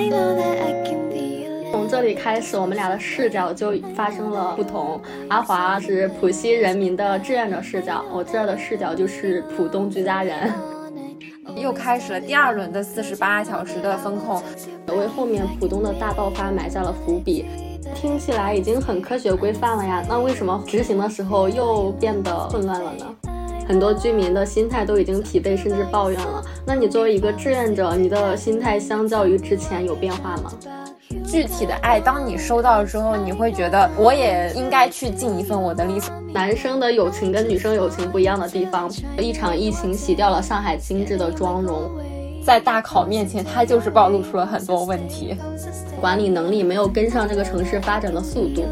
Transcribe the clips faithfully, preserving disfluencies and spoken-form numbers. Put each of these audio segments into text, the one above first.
从这里开始，我们俩的视角就发生了不同。阿华是浦西人民的志愿者视角，我这儿的视角就是浦东居家人。 又开始了第二轮的四十八小时的风控， 为后面浦东的大爆发埋下了伏笔。听起来已经很科学规范了呀，那为什么执行的时候又变得混乱了呢？很多居民的心态都已经疲惫甚至抱怨了。那你作为一个志愿者，你的心态相较于之前有变化吗？ 具体的爱当你收到之后，你会觉得我也应该去尽一份我的力。 男生的友情跟女生友情不一样的地方，一场疫情洗掉了上海精致的妆容， 在大考面前它就是暴露出了很多问题， 管理能力没有跟上这个城市发展的速度。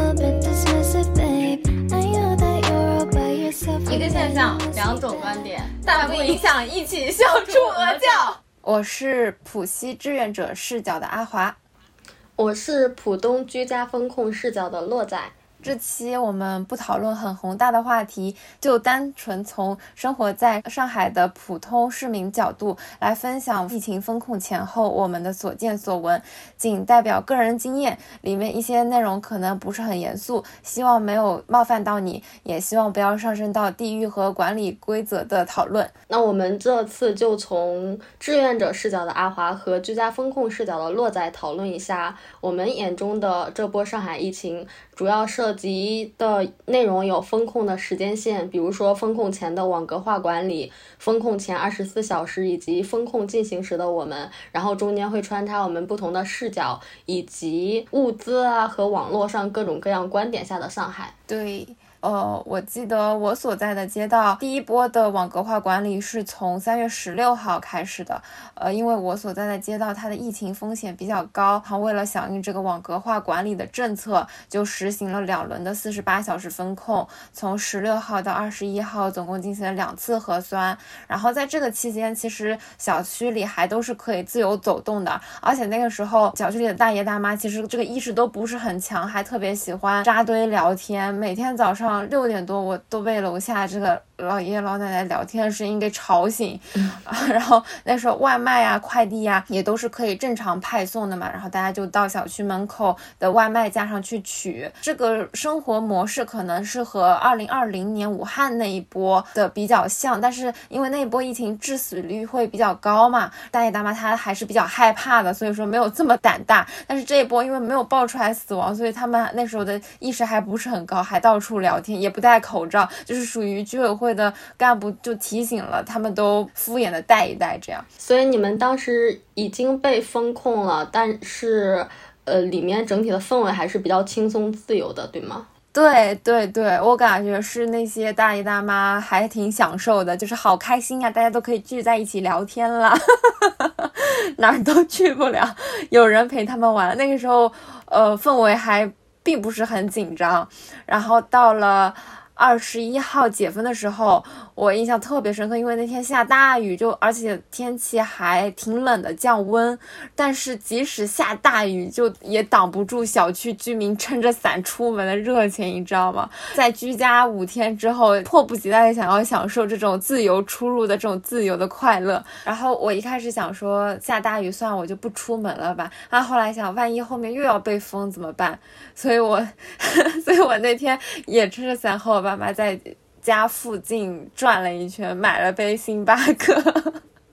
一个现象，两种观点，但不影响一起笑出鹅叫。 我是浦西志愿者视角的阿华， 我是浦东居家风控视角的洛仔。 这期我们不讨论很宏大的话题，就单纯从生活在上海的普通市民角度来分享疫情风控前后我们的所见所闻，仅代表个人经验，里面一些内容可能不是很严肃，希望没有冒犯到你，也希望不要上升到地域和管理规则的讨论。 那我们这次就从志愿者视角的阿华和居家风控视角的洛仔讨论一下我们眼中的这波上海疫情，主要涉及的内容有风控的时间线，比如说风控前的网格化管理，风控前二十四小时，以及风控进行时的我们，然后中间会穿插我们不同的视角，以及物资啊和网络上各种各样观点下的上海。 对，呃，我记得我所在的街道第一波的网格化管理是从三月十六号开始的，呃，因为我所在的街道它的疫情风险比较高，然后为了响应这个网格化管理的政策，就实行了两轮的四十八小时封控，从十六号到二十一号总共进行了两次核酸，然后在这个期间，其实小区里还都是可以自由走动的，而且那个时候小区里的大爷大妈其实这个意识都不是很强，还特别喜欢扎堆聊天，每天早上六点多我都被楼下这个老爷爷老奶奶聊天的声音给吵醒、嗯啊、然后那时候外卖啊快递啊也都是可以正常派送的嘛，然后大家就到小区门口的外卖架上去取，这个生活模式可能是和二零二零年武汉那一波的比较像，但是因为那一波疫情致死率会比较高嘛，大爷大妈他还是比较害怕的，所以说没有这么胆大，但是这一波因为没有爆出来死亡，所以他们那时候的意识还不是很高，还到处聊天，也不戴口罩，就是属于居委会的干部就提醒了，他们都敷衍的戴一戴这样。 所以你们当时已经被封控了，但是呃，里面整体的氛围还是比较轻松自由的，对吗？ 对对对，我感觉是那些大爷大妈还挺享受的，就是好开心啊，大家都可以聚在一起聊天了哪儿都去不了，有人陪他们玩，那个时候呃氛围还并不是很紧张。然后到了二十一号解封的时候，我印象特别深刻，因为那天下大雨，就而且天气还挺冷的，降温，但是即使下大雨就也挡不住小区居民撑着伞出门的热情，你知道吗？在居家五天之后，迫不及待地想要享受这种自由出入的这种自由的快乐。然后我一开始想说下大雨算了，我就不出门了吧，然后后来想万一后面又要被封怎么办，所以我所以我那天也撑着伞和我爸妈在家附近转了一圈，买了杯星巴克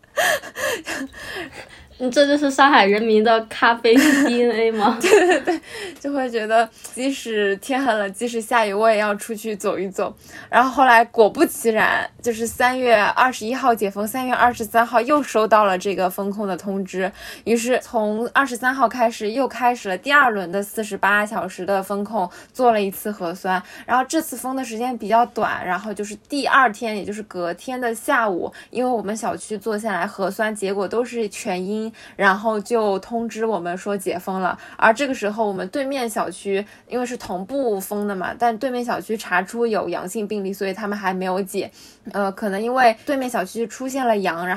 这就是上海人民的咖啡 D N A 吗？ 对对对，就会觉得即使天很冷，即使下雨，我也要出去走一走。然后后来果不其然，就是三月二十一号解封，三月二十三号又收到了这个封控的通知，于是从二十三号开始又开始了第二轮的四十八小时的封控，做了一次核酸。然后这次封的时间比较短，然后就是第二天，也就是隔天的下午，因为我们小区做下来核酸结果都是全阴，然后就通知我们说解封了。而这个时候我们对面小区因为是同步封的嘛，但对面小区查出有阳性病例，所以他们还没有解。呃，可能因为对面小区出现了阳，然后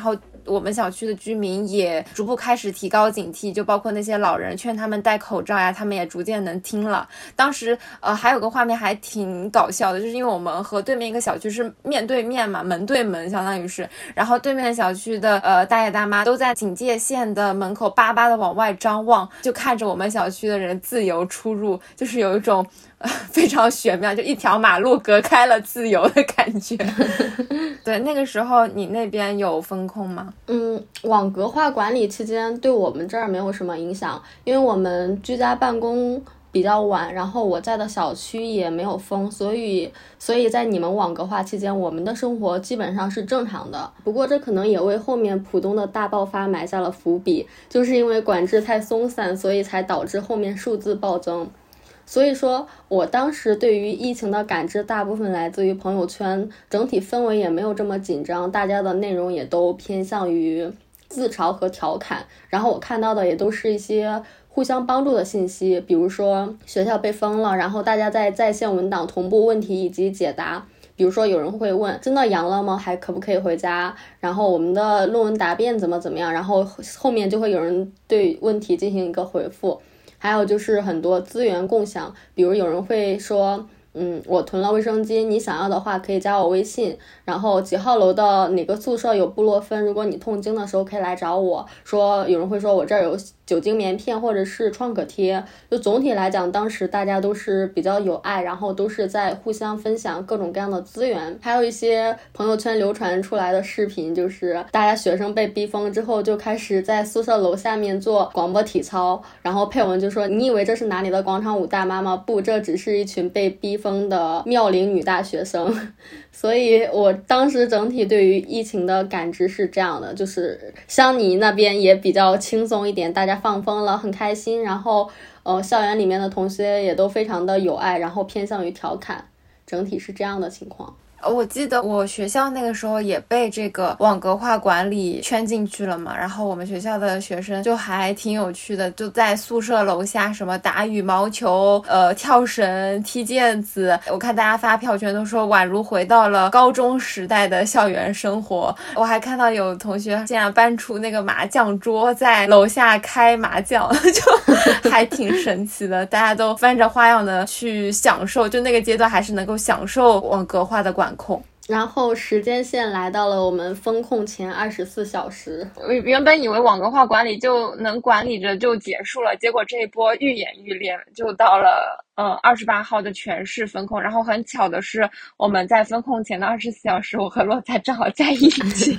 我们小区的居民也逐步开始提高警惕，就包括那些老人劝他们戴口罩呀，他们也逐渐能听了。当时呃还有个画面还挺搞笑的，就是因为我们和对面一个小区是面对面嘛，门对门相当于是，然后对面小区的呃大爷大妈都在警戒线的门口巴巴的往外张望，就看着我们小区的人自由出入，就是有一种呃非常玄妙，就一条马路隔开了自由的感觉。对，那个时候你那边有风控吗？ 嗯，网格化管理期间对我们这儿没有什么影响，因为我们居家办公比较晚，然后我在的小区也没有封，所以所以在你们网格化期间，我们的生活基本上是正常的。不过这可能也为后面浦东的大爆发埋下了伏笔，就是因为管制太松散，所以才导致后面数字暴增。所以说我当时对于疫情的感知大部分来自于朋友圈，整体氛围也没有这么紧张，大家的内容也都偏向于自嘲和调侃，然后我看到的也都是一些互相帮助的信息，比如说学校被封了，然后大家在在线文档同步问题以及解答，比如说有人会问真的阳了吗，还可不可以回家，然后我们的论文答辩怎么怎么样，然后后面就会有人对问题进行一个回复。还有就是很多资源共享，比如有人会说嗯，我囤了卫生巾，你想要的话可以加我微信，然后几号楼的哪个宿舍有布洛芬，如果你痛经的时候可以来找我。说有人会说我这儿有酒精棉片或者是创可贴，就总体来讲当时大家都是比较有爱，然后都是在互相分享各种各样的资源。还有一些朋友圈流传出来的视频，就是大家学生被逼疯之后就开始在宿舍楼下面做广播体操，然后配文就说你以为这是哪里的广场舞大妈吗？不，这只是一群被逼疯的妙龄女大学生。所以我当时整体对于疫情的感知是这样的，就是香妮那边也比较轻松一点，大家放风了，很开心，然后呃，校园里面的同学也都非常的有爱，然后偏向于调侃，整体是这样的情况。 我记得我学校那个时候也被这个网格化管理圈进去了嘛，然后我们学校的学生就还挺有趣的，就在宿舍楼下什么打羽毛球、呃跳绳、踢毽子，我看大家发票全都说宛如回到了高中时代的校园生活。我还看到有同学竟然搬出那个麻将桌在楼下开麻将，就还挺神奇的，大家都翻着花样的去享受，就那个阶段还是能够享受网格化的管控。 然后时间线来到了我们封控前二十四小时， 我原本以为网格化管理就能管理着就结束了，结果这一波愈演愈烈，就到了呃二十八号的全市封控。然后很巧的是，我们在封控前的二十四小时，我和洛仔正好在一起，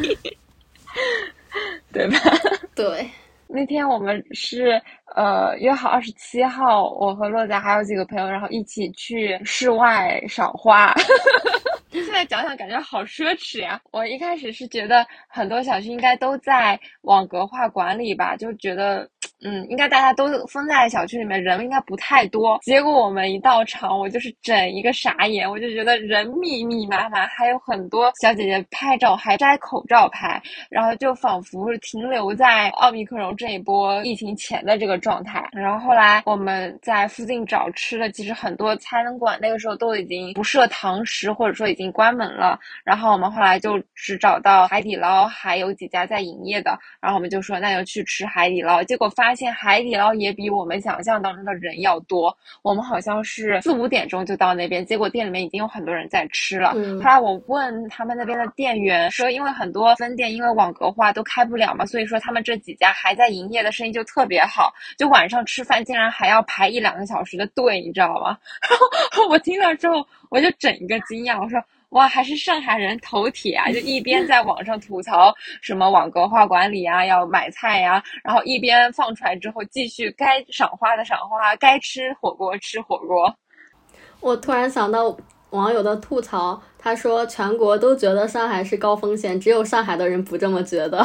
对吧？ 对。 那天我们是呃约好二十七号，我和洛仔还有几个朋友，然后一起去室外赏花。现在讲想感觉好奢侈呀！我一开始是觉得很多小区应该都在网格化管理吧，就觉得嗯，应该大家都封在小区里面，人应该不太多。结果我们一到场，我就是整一个傻眼，我就觉得人密密麻麻，还有很多小姐姐拍照还摘口罩拍，然后就仿佛是停留在奥密克戎这一波疫情前的这个状态。然后后来我们在附近找吃的，其实很多餐馆那个时候都已经不设堂食，或者说已经关门了。然后我们后来就只找到海底捞还有几家在营业的，然后我们就说那就去吃海底捞。结果发现海底捞也比我们想象当中的人要多，我们好像是四五点钟就到那边，结果店里面已经有很多人在吃了。 嗯、 后来我问他们那边的店员说，因为很多分店因为网格化都开不了嘛，所以说他们这几家还在营业的生意就特别好，就晚上吃饭竟然还要排一两个小时的队，你知道吗？然后我听了之后我就整一个惊讶，我说哇，还是上海人头铁啊！就一边在网上吐槽什么网格化管理啊，要买菜呀、啊，然后一边放出来之后继续该赏花的赏花，该吃火锅吃火锅。 我突然想到网友的吐槽，他说全国都觉得上海是高风险，只有上海的人不这么觉得。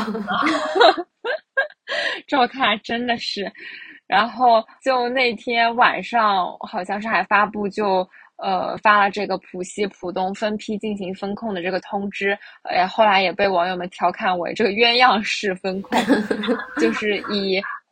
这么看来真的是。然后就那天晚上好像是还发布就呃发了这个浦西浦东分批进行封控的这个通知，呃后来也被网友们调侃为这个鸳鸯式封控，就是以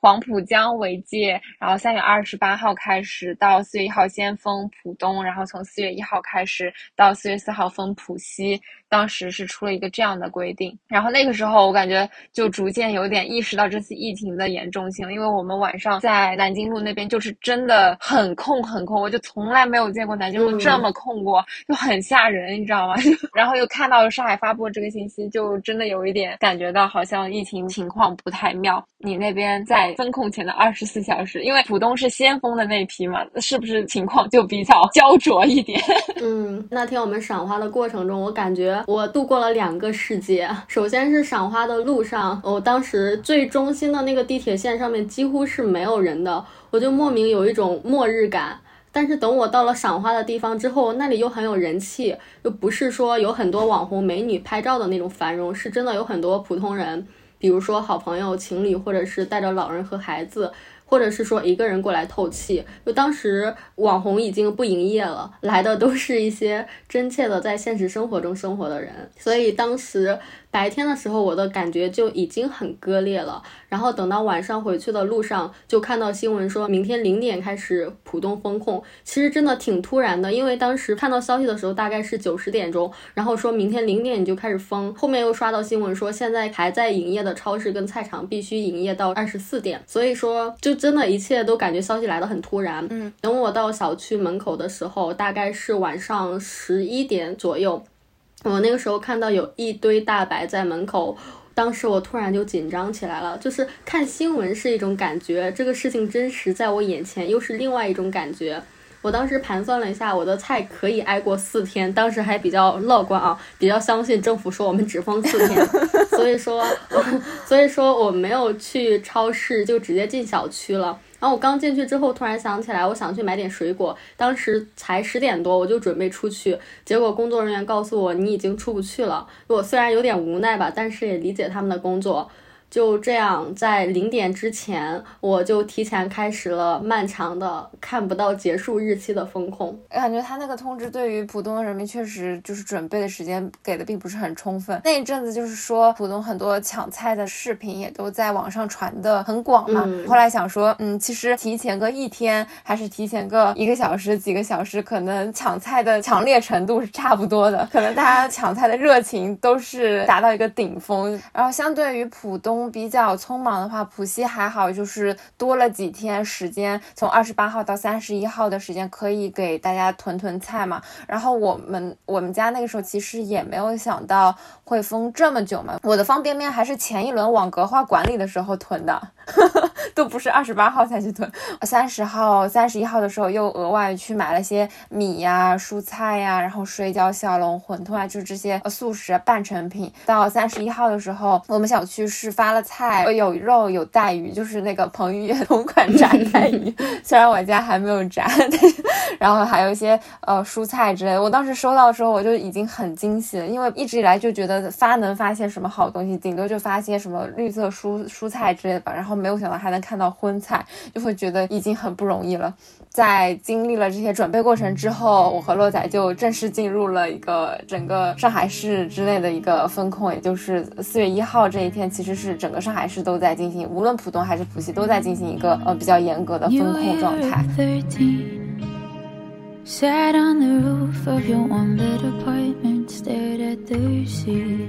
黄浦江为界，然后三月二十八号开始到四月一号先封浦东，然后从四月一号开始到四月四号封浦西，当时是出了一个这样的规定。然后那个时候我感觉就逐渐有点意识到这次疫情的严重性，因为我们晚上在南京路那边就是真的很空很空，我就从来没有见过南京路这么空过，就很吓人，你知道吗？然后又看到上海发布这个信息，就真的有一点感觉到好像疫情情况不太妙。你那边在封控前的二十四小时，因为浦东是先封的那批嘛，是不是情况就比较焦灼一点？ 嗯，那天我们赏花的过程中，我感觉我度过了两个世界。首先是赏花的路上，我当时最中心的那个地铁线上面几乎是没有人的，我就莫名有一种末日感。但是等我到了赏花的地方之后，那里又很有人气，又不是说有很多网红美女拍照的那种繁荣，是真的有很多普通人，比如说好朋友、情侣，或者是带着老人和孩子，或者是说一个人过来透气。就当时网红已经不营业了，来的都是一些真切的在现实生活中生活的人，所以当时白天的时候我的感觉就已经很割裂了。然后等到晚上回去的路上，就看到新闻说明天零点开始浦东封控，其实真的挺突然的，因为当时看到消息的时候大概是九十点钟，然后说明天零点你就开始封，后面又刷到新闻说现在还在营业的超市跟菜场必须营业到二十四点，所以说就真的一切都感觉消息来得很突然。嗯，等我到小区门口的时候，大概是晚上十一点左右，我那个时候看到有一堆大白在门口，当时我突然就紧张起来了。就是看新闻是一种感觉，这个事情真实在我眼前又是另外一种感觉。我当时盘算了一下，我的菜可以挨过四天，当时还比较乐观啊，比较相信政府说我们只封四天，所以说所以说我没有去超市，就直接进小区了。然后我刚进去之后突然想起来我想去买点水果，当时才十点多，我就准备出去，结果工作人员告诉我你已经出不去了。我虽然有点无奈吧，但是也理解他们的工作。就这样在零点之前，我就提前开始了漫长的看不到结束日期的封控。 感觉他那个通知对于浦东的人民确实就是准备的时间给的并不是很充分。那一阵子就是说浦东很多抢菜的视频也都在网上传的很广嘛、嗯、后来想说嗯，其实提前个一天还是提前个一个小时几个小时，可能抢菜的强烈程度是差不多的，可能大家抢菜的热情都是达到一个顶峰。然后相对于浦东比较匆忙的话，浦西还好，就是多了几天时间，从二十八号到三十一号的时间可以给大家囤囤菜嘛。然后我们我们家那个时候其实也没有想到会封这么久嘛，我的方便面还是前一轮网格化管理的时候囤的都不是二十八号才去囤，三十号三十一号的时候又额外去买了些米呀、蔬菜呀，然后水饺、小笼、馄饨啊，就是这些速食半成品。到三十一号的时候，我们小区是发了菜，有肉有带鱼，就是那个彭于晏同款炸带鱼虽然我家还没有炸然后还有一些呃蔬菜之类的。我当时收到的时候我就已经很惊喜了，因为一直以来就觉得发能发现什么好东西，顶多就发些什么绿色蔬蔬菜之类的吧，然后没有想到还能看到荤菜，就会觉得已经很不容易了。在经历了这些准备过程之后，我和洛仔就正式进入了一个整个上海市之内的一个风控，也就是四月一号这一天，其实是整个上海市都在进行，无论浦东还是浦西都在进行一个呃比较严格的风控状态。Sat on the roof of your one-bed apartment, stared at the city.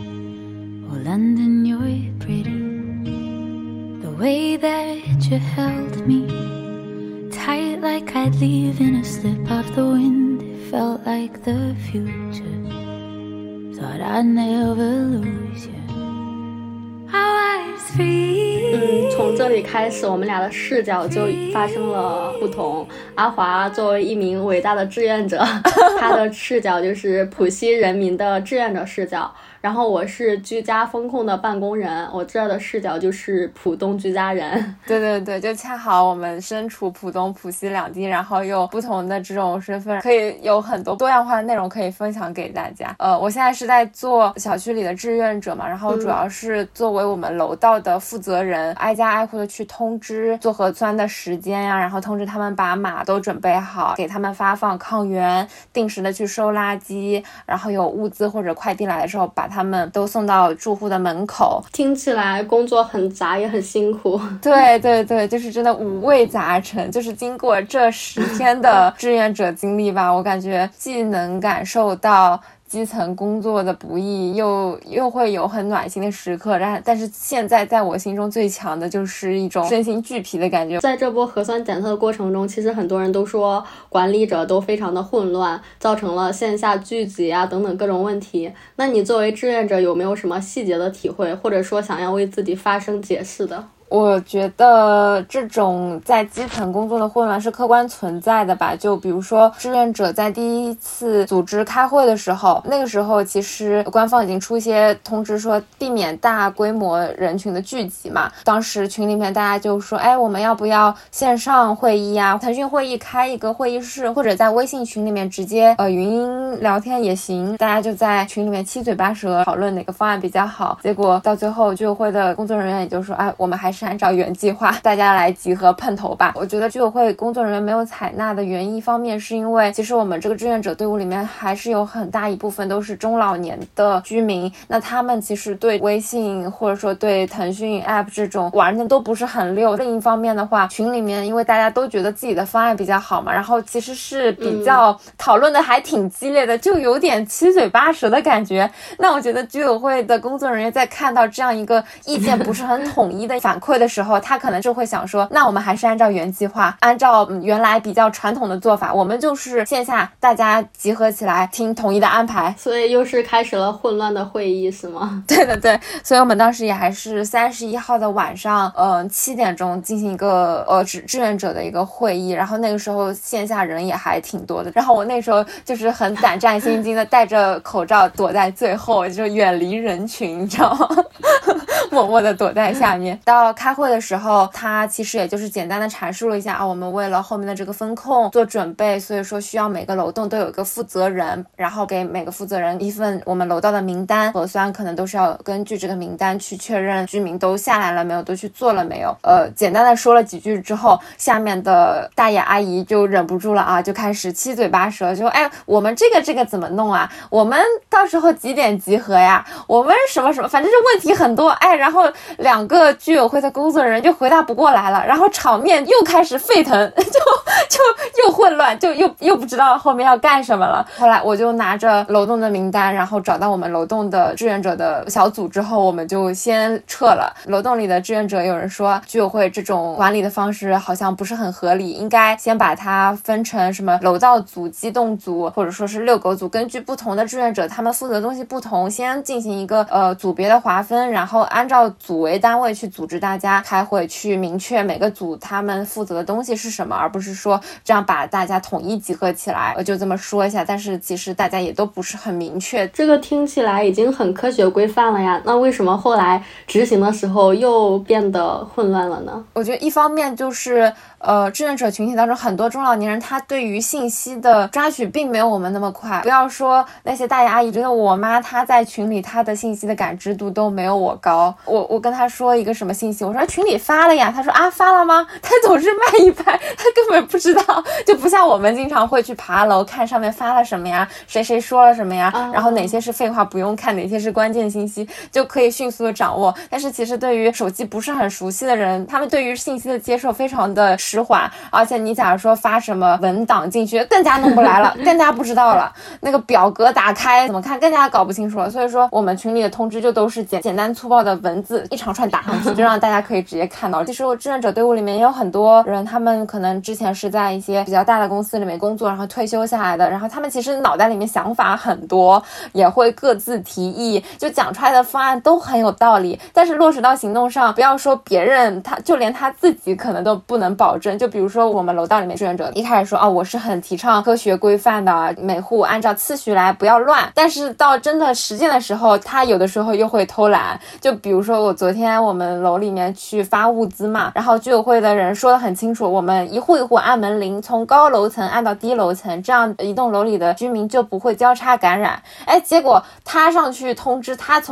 Oh, London, you're pretty. The way that you held me tight like I'd leave in a slip of the wind. It felt like the future. Thought I'd never lose you. I was free. 嗯，从这里开始我们俩的视角就发生了不同。阿华作为一名伟大的志愿者，他的视角就是浦西人民的志愿者视角，然后我是居家风控的办公人，我这儿的视角就是浦东居家人。 对对对，就恰好我们身处浦东浦西两地，然后有不同的这种身份，可以有很多多样化的内容可以分享给大家。呃，我现在是在做小区里的志愿者嘛，然后主要是作为我们楼道的负责人，嗯、挨家挨户的去通知做核酸的时间呀、啊，然后通知他们把码都准备好，给他们发放抗原，定时的去收垃圾，然后有物资或者快递来的时候把他们都送到住户的门口。 听起来工作很杂也很辛苦。 对对对，就是真的五味杂陈，就是经过这十天的志愿者经历吧，我感觉既能感受到基层工作的不易，又又会有很暖心的时刻，但但是现在在我心中最强的就是一种身心俱疲的感觉。 在这波核酸检测的过程中，其实很多人都说管理者都非常的混乱，造成了线下聚集啊等等各种问题。那你作为志愿者有没有什么细节的体会，或者说想要为自己发声解释的？ 我觉得这种在基层工作的混乱是客观存在的吧，就比如说志愿者在第一次组织开会的时候，那个时候其实官方已经出一些通知说避免大规模人群的聚集嘛，当时群里面大家就说，哎，我们要不要线上会议啊，腾讯会议开一个会议室，或者在微信群里面直接呃语音聊天也行，大家就在群里面七嘴八舌讨论哪个方案比较好。结果到最后居委会的工作人员也就说，哎，我们还是按照原计划大家来集合碰头吧。我觉得居委会工作人员没有采纳的原因，一方面是因为其实我们这个志愿者队伍里面还是有很大一部分都是中老年的居民，那他们其实对微信或者说对腾讯 app 这种玩的都不是很溜。另一方面的话，群里面因为大家都觉得自己的方案比较好嘛，然后其实是比较讨论的还挺激烈的，就有点七嘴八舌的感觉。那我觉得居委会的工作人员在看到这样一个意见不是很统一的反馈的时候，他可能就会想说，那我们还是按照原计划，按照原来比较传统的做法，我们就是线下大家集合起来听统一的安排。 所以又是开始了混乱的会议是吗？ 对的对，所以我们当时也还是三十一号的晚上呃七点钟进行一个呃志志愿者的一个会议，然后那个时候线下人也还挺多的，然后我那时候就是很胆战心惊的戴着口罩躲在最后，就远离人群，你知道吗？默默的躲在下面。到开会的时候，他其实也就是简单的阐述了一下啊，我们为了后面的这个风控做准备，所以说需要每个楼栋都有一个负责人，然后给每个负责人一份我们楼道的名单，核酸可能都是要根据这个名单去确认居民都下来了没有，都去做了没有。呃，简单的说了几句之后，下面的大爷阿姨就忍不住了啊，就开始七嘴八舌，就哎，我们这个这个怎么弄啊？我们到时候几点集合呀？我们什么什么，反正这问题很多，哎，然后两个居委会的工作人员就回答不过来了，然后场面又开始沸腾，就就又混乱，就又又不知道后面要干什么了。后来我就拿着楼栋的名单，然后找到我们楼栋的志愿者的小组之后，我们就先撤了。楼栋里的志愿者有人说，居委会这种管理的方式好像不是很合理，应该先把它分成什么楼道组、机动组，或者说是遛狗组，根据不同的志愿者他们负责的东西不同，先进行一个呃组别的划分，然后按照组为单位去组织大家开会，去明确每个组他们负责的东西是什么，而不是说这样把大家统一集合起来。我就这么说一下，但是其实大家也都不是很明确。 这个听起来已经很科学规范了呀，那为什么后来执行的时候又变得混乱了呢？ 我觉得一方面就是呃，志愿者群体当中很多中老年人，他对于信息的抓取并没有我们那么快。不要说那些大爷阿姨，觉得我妈她在群里她的信息的感知度都没有我高。我我跟她说一个什么信息，我说群里发了呀，她说啊发了吗？她总是慢一拍，她根本不知道，就不像我们经常会去爬楼看上面发了什么呀，谁谁说了什么呀，然后哪些是废话不用看，哪些是关键信息，就可以迅速的掌握。但是其实对于手机不是很熟悉的人，他们对于信息的接受非常的迟缓，而且你假如说发什么文档进去，更加弄不来了，更加不知道了，那个表格打开怎么看，更加搞不清楚了。所以说我们群里的通知就都是简简单粗暴的文字一长串打上去，就让大家可以直接看到。其实我志愿者队伍里面也有很多人，他们可能之前是在一些比较大的公司里面工作，然后退休下来的，然后他们其实脑袋里面想法很多，也会各自提议，就讲出来的方案都很有道理，但是落实到行动上，不要说别人，他就连他自己可能都不能保证。就比如说我们楼道里面志愿者一开始说啊，我是很提倡科学规范的，每户按照次序来，不要乱，但是到真的实践的时候，他有的时候又会偷懒。就比如说我昨天我们楼里面去发物资嘛，然后居委会的人说得很清楚，我们一户一户按门铃，从高楼层按到低楼层，这样一栋楼里的居民就不会交叉感染。哎，结果他上去通知，他从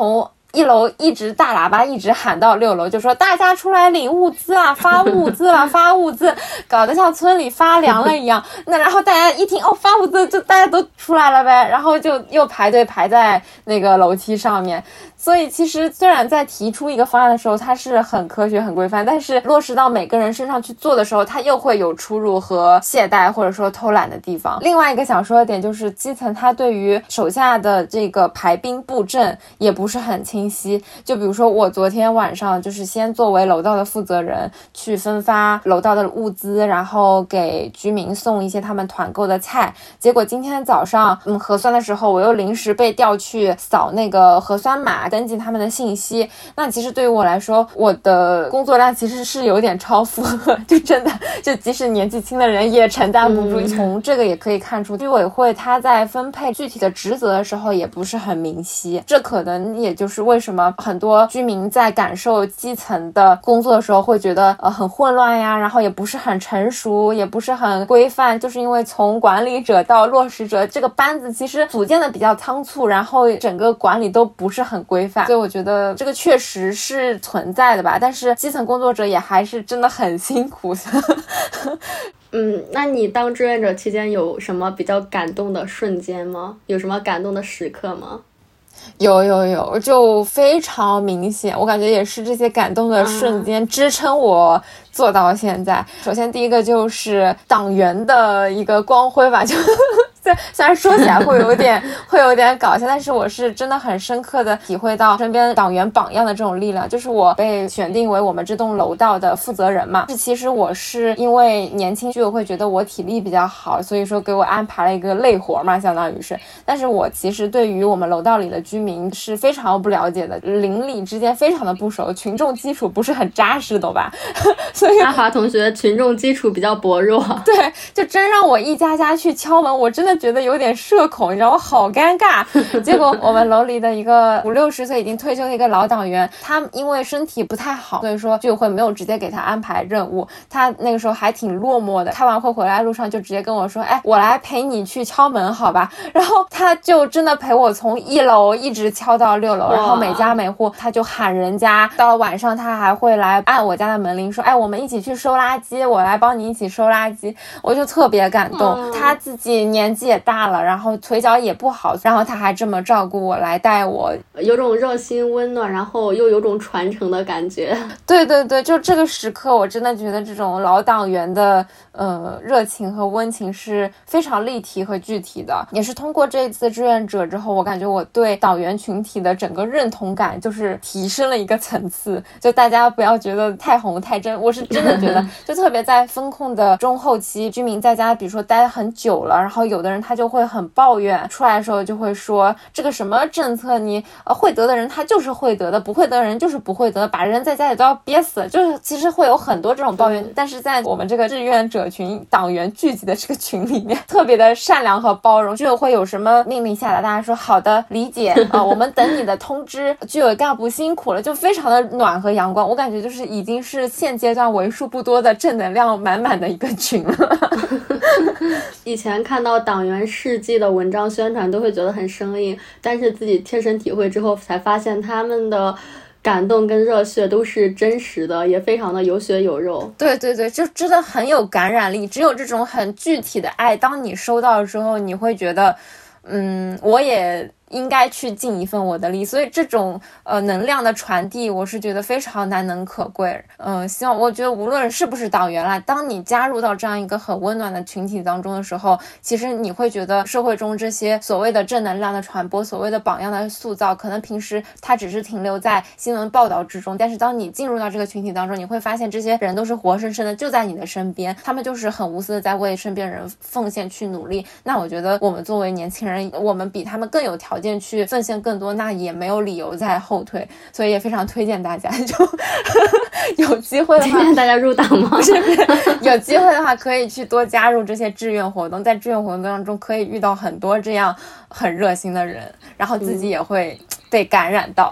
一楼一直大喇叭一直喊到六楼，就说大家出来领物资啊，发物资啊，发物资，搞得像村里发粮了一样。那然后大家一听哦发物资，就大家都出来了呗，然后就又排队排在那个楼梯上面。所以其实虽然在提出一个方案的时候它是很科学很规范，但是落实到每个人身上去做的时候，它又会有出入和懈怠或者说偷懒的地方。另外一个想说的点就是基层它对于手下的这个排兵布阵也不是很清晰。就比如说我昨天晚上就是先作为楼道的负责人去分发楼道的物资，然后给居民送一些他们团购的菜，结果今天早上嗯核酸的时候我又临时被调去扫那个核酸码登记他们的信息。那其实对于我来说我的工作量其实是有点超负荷，就真的就即使年纪轻的人也承担不住、嗯、从这个也可以看出居委会他在分配具体的职责的时候也不是很明晰，这可能也就是为什么很多居民在感受基层的工作的时候会觉得呃很混乱呀，然后也不是很成熟，也不是很规范，就是因为从管理者到落实者这个班子其实组建的比较仓促，然后整个管理都不是很规范，所以我觉得这个确实是存在的吧，但是基层工作者也还是真的很辛苦。 嗯，那你当志愿者期间有什么比较感动的瞬间吗？有什么感动的时刻吗？ 有有有，就非常明显，我感觉也是这些感动的瞬间支撑我做到现在。首先第一个就是党员的一个光辉吧，就虽然说起来会有点会有点搞笑，但是我是真的很深刻的体会到身边党员榜样的这种力量。就是我被选定为我们这栋楼道的负责人嘛，其实我是因为年轻居委会觉得我体力比较好，所以说给我安排了一个累活嘛，相当于是。但是我其实对于我们楼道里的居民是非常不了解的，邻里之间非常的不熟，群众基础不是很扎实，懂吧？所以阿华同学群众基础比较薄弱， 对，就真让我一家家去敲门，我真的觉得有点社恐，你知道我好尴尬。结果我们楼里的一个五六十岁已经退休的一个老党员，他因为身体不太好，所以说居委会没有直接给他安排任务，他那个时候还挺落寞的，开完会回来路上就直接跟我说，哎，我来陪你去敲门好吧。然后他就真的陪我从一楼一直敲到六楼，然后每家每户他就喊人家，到了晚上他还会来按我家的门铃说，哎，我们一起去收垃圾，我来帮你一起收垃圾。我就特别感动、嗯、他自己年纪也大了，然后腿脚也不好，然后他还这么照顾我，来带我， 有种热心温暖，然后又有种传承的感觉。 对对对，就这个时刻我真的觉得这种老党员的呃热情和温情是非常立体和具体的。也是通过这一次志愿者之后，我感觉我对党员群体的整个认同感就是提升了一个层次。就大家不要觉得太红太真，我是真的觉得就特别在风控的中后期，居民在家比如说待很久了，然后有的人他就会很抱怨，出来的时候就会说这个什么政策你呃会得的人他就是会得的，不会得的人就是不会得，把人在家里都要憋死，就是其实会有很多这种抱怨、嗯、但是在我们这个志愿者群党员聚集的这个群里面特别的善良和包容，居委会有什么命令下来大家说好的理解啊、呃，我们等你的通知，居委干部辛苦了，就非常的暖和阳光。我感觉就是已经是现阶段为数不多的正能量满满的一个群了。 以前看到党员事迹的文章宣传都会觉得很生硬，但是自己切身体会之后才发现他们的感动跟热血都是真实的，也非常的有血有肉。 对对对，就真的很有感染力，只有这种很具体的爱，当你收到之后你会觉得嗯，我也应该去尽一份我的力，所以这种呃能量的传递我是觉得非常难能可贵。嗯、呃，希望我觉得无论是不是党员啦，当你加入到这样一个很温暖的群体当中的时候，其实你会觉得社会中这些所谓的正能量的传播，所谓的榜样的塑造，可能平时它只是停留在新闻报道之中，但是当你进入到这个群体当中，你会发现这些人都是活生生的就在你的身边，他们就是很无私的在为身边人奉献去努力。那我觉得我们作为年轻人，我们比他们更有条件去奉献更多，那也没有理由再后退，所以也非常推荐大家，就有机会的话， 推荐大家入党吗？ 不是，有机会的话可以去多加入这些志愿活动，在志愿活动当中可以遇到很多这样很热心的人，然后自己也会被感染到。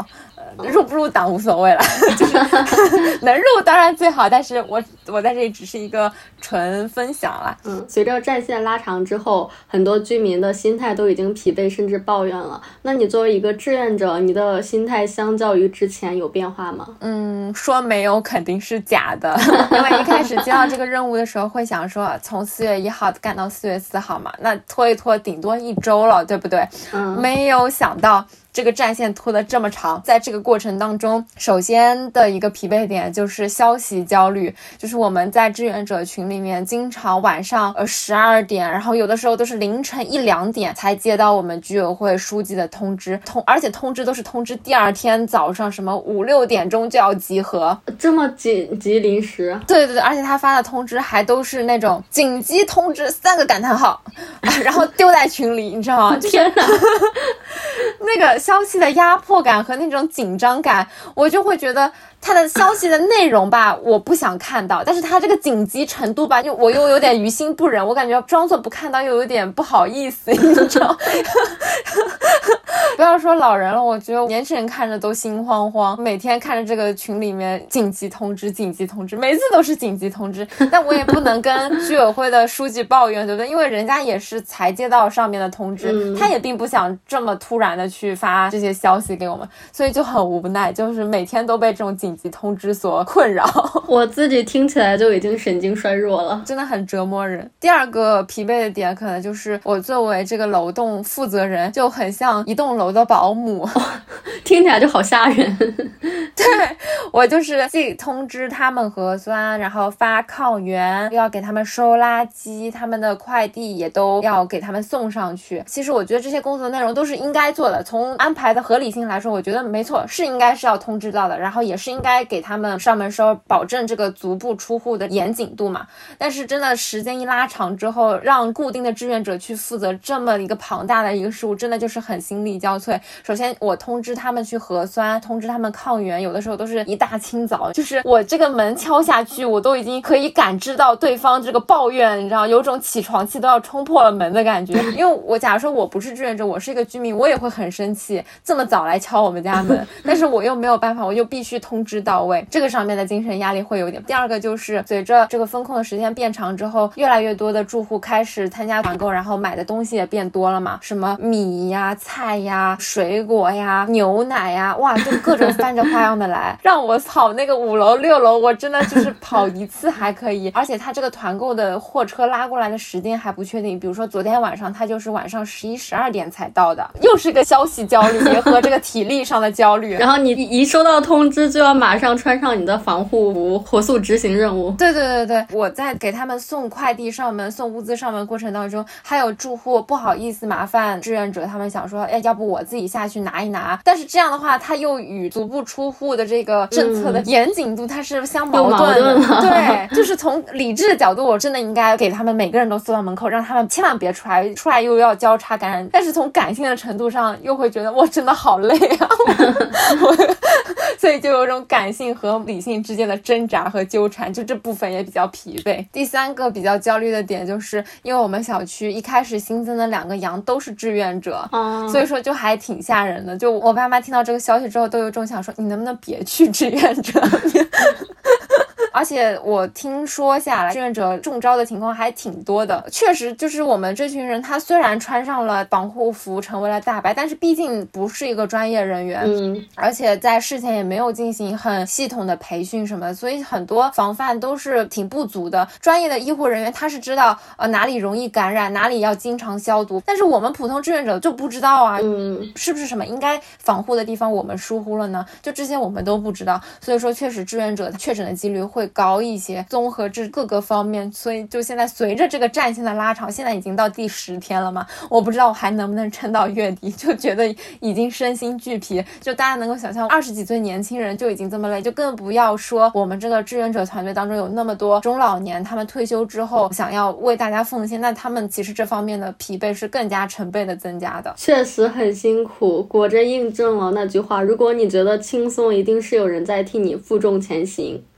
入不入党无所谓了，就是能入当然最好，但是我我在这里只是一个纯分享啦。 嗯，随着战线拉长之后，很多居民的心态都已经疲惫甚至抱怨了。那你作为一个志愿者，你的心态相较于之前有变化吗？ 嗯，说没有肯定是假的，因为一开始接到这个任务的时候会想说从四月一号干到四月四号嘛，那拖一拖顶多一周了，对不对？ 嗯， 没有想到这个战线拖得这么长，在这个过程当中，首先的一个疲惫点就是消息焦虑，就是我们在志愿者群里面经常晚上呃十二点，然后有的时候都是凌晨一两点才接到我们居委会书记的通知，通而且通知都是通知第二天早上什么五六点钟就要集合， 这么紧急临时？ 对对对，而且他发的通知还都是那种紧急通知三个感叹号，然后丢在群里，你知道吗？ 天哪！ 那个消息的压迫感和那种紧张感，我就会觉得他的消息的内容吧，我不想看到，但是他这个紧急程度吧，又我又有点于心不忍，我感觉装作不看到又有点不好意思，你知道？不要说老人了，我觉得年轻人看着都心慌慌，每天看着这个群里面紧急通知紧急通知，每次都是紧急通知，但我也不能跟居委会的书记抱怨，对不对？因为人家也是才接到上面的通知、嗯、他也并不想这么突然的去发这些消息给我们，所以就很无奈，就是每天都被这种紧急通知所困扰。 我自己听起来就已经神经衰弱了， 真的很折磨人。第二个疲惫的点可能就是我作为这个楼栋负责人，就很像一栋楼的保姆、哦、 听起来就好吓人。 对，我就是既通知他们核酸，然后发抗原，又要给他们收垃圾，他们的快递也都要给他们送上去。其实我觉得这些工作内容都是应该做的，从安排的合理性来说，我觉得没错，是应该是要通知到的，然后也是应该给他们上门收，保证这个足不出户的严谨度嘛。但是真的时间一拉长之后，让固定的志愿者去负责这么一个庞大的一个事务，真的就是很心力交瘁。首先我通知他们去核酸，通知他们抗原，有的时候都是一大清早，就是我这个门敲下去，我都已经可以感知到对方这个抱怨，你知道，有种起床气都要冲破了门的感觉。因为我假如说我不是志愿者，我是一个居民，我也会很生气，这么早来敲我们家门，但是我又没有办法，我就必须通知到位，这个上面的精神压力会有点。第二个就是随着这个风控的时间变长之后，越来越多的住户开始参加团购，然后买的东西也变多了嘛，什么米呀、菜呀、水果呀、牛奶呀，哇，就各种翻着花样的来，让我跑那个五楼六楼，我真的就是跑一次还可以。而且他这个团购的货车拉过来的时间还不确定，比如说昨天晚上他就是晚上十一十二点才到的，又是个消息焦虑结合这个体力上的焦虑。 然后你一收到通知就要马上穿上你的防护服，火速执行任务。 对对对对，我在给他们送快递上门、送物资上门过程当中，还有住户不好意思麻烦志愿者，他们想说，哎，要不我自己下去拿一拿。但是这样的话，他又与足不出户的这个政策的严谨度，它是相矛盾的。 嗯、矛盾对，就是从理智的角度，我真的应该给他们每个人都送到门口，让他们千万别出来，出来又要交叉感染。但是从感性的程度上，又会觉得我真的好累啊，所以就有种感性和理性之间的挣扎和纠缠，就这部分也比较疲惫。第三个比较焦虑的点就是因为我们小区一开始新增的两个阳都是志愿者、嗯、所以说就还挺吓人的。就我爸妈听到这个消息之后都有种想说，你能不能别去志愿者而且我听说下来志愿者中招的情况还挺多的，确实就是我们这群人他虽然穿上了防护服成为了大白，但是毕竟不是一个专业人员， 嗯， 而且在事前也没有进行很系统的培训什么的，所以很多防范都是挺不足的。专业的医护人员他是知道呃哪里容易感染，哪里要经常消毒，但是我们普通志愿者就不知道啊， 嗯， 是不是什么应该防护的地方我们疏忽了呢？就这些我们都不知道，所以说确实志愿者确诊的几率会高一些，综合这各个方面，所以就现在随着这个战线的拉长，现在已经到第十天了嘛，我不知道我还能不能撑到月底，就觉得已经身心俱疲。就大家能够想象二十几岁年轻人就已经这么累，就更不要说我们这个志愿者团队当中有那么多中老年，他们退休之后想要为大家奉献，那他们其实这方面的疲惫是更加成倍的增加的， 确实很辛苦，果真印证了那句话，如果你觉得轻松，一定是有人在替你负重前行。因为之前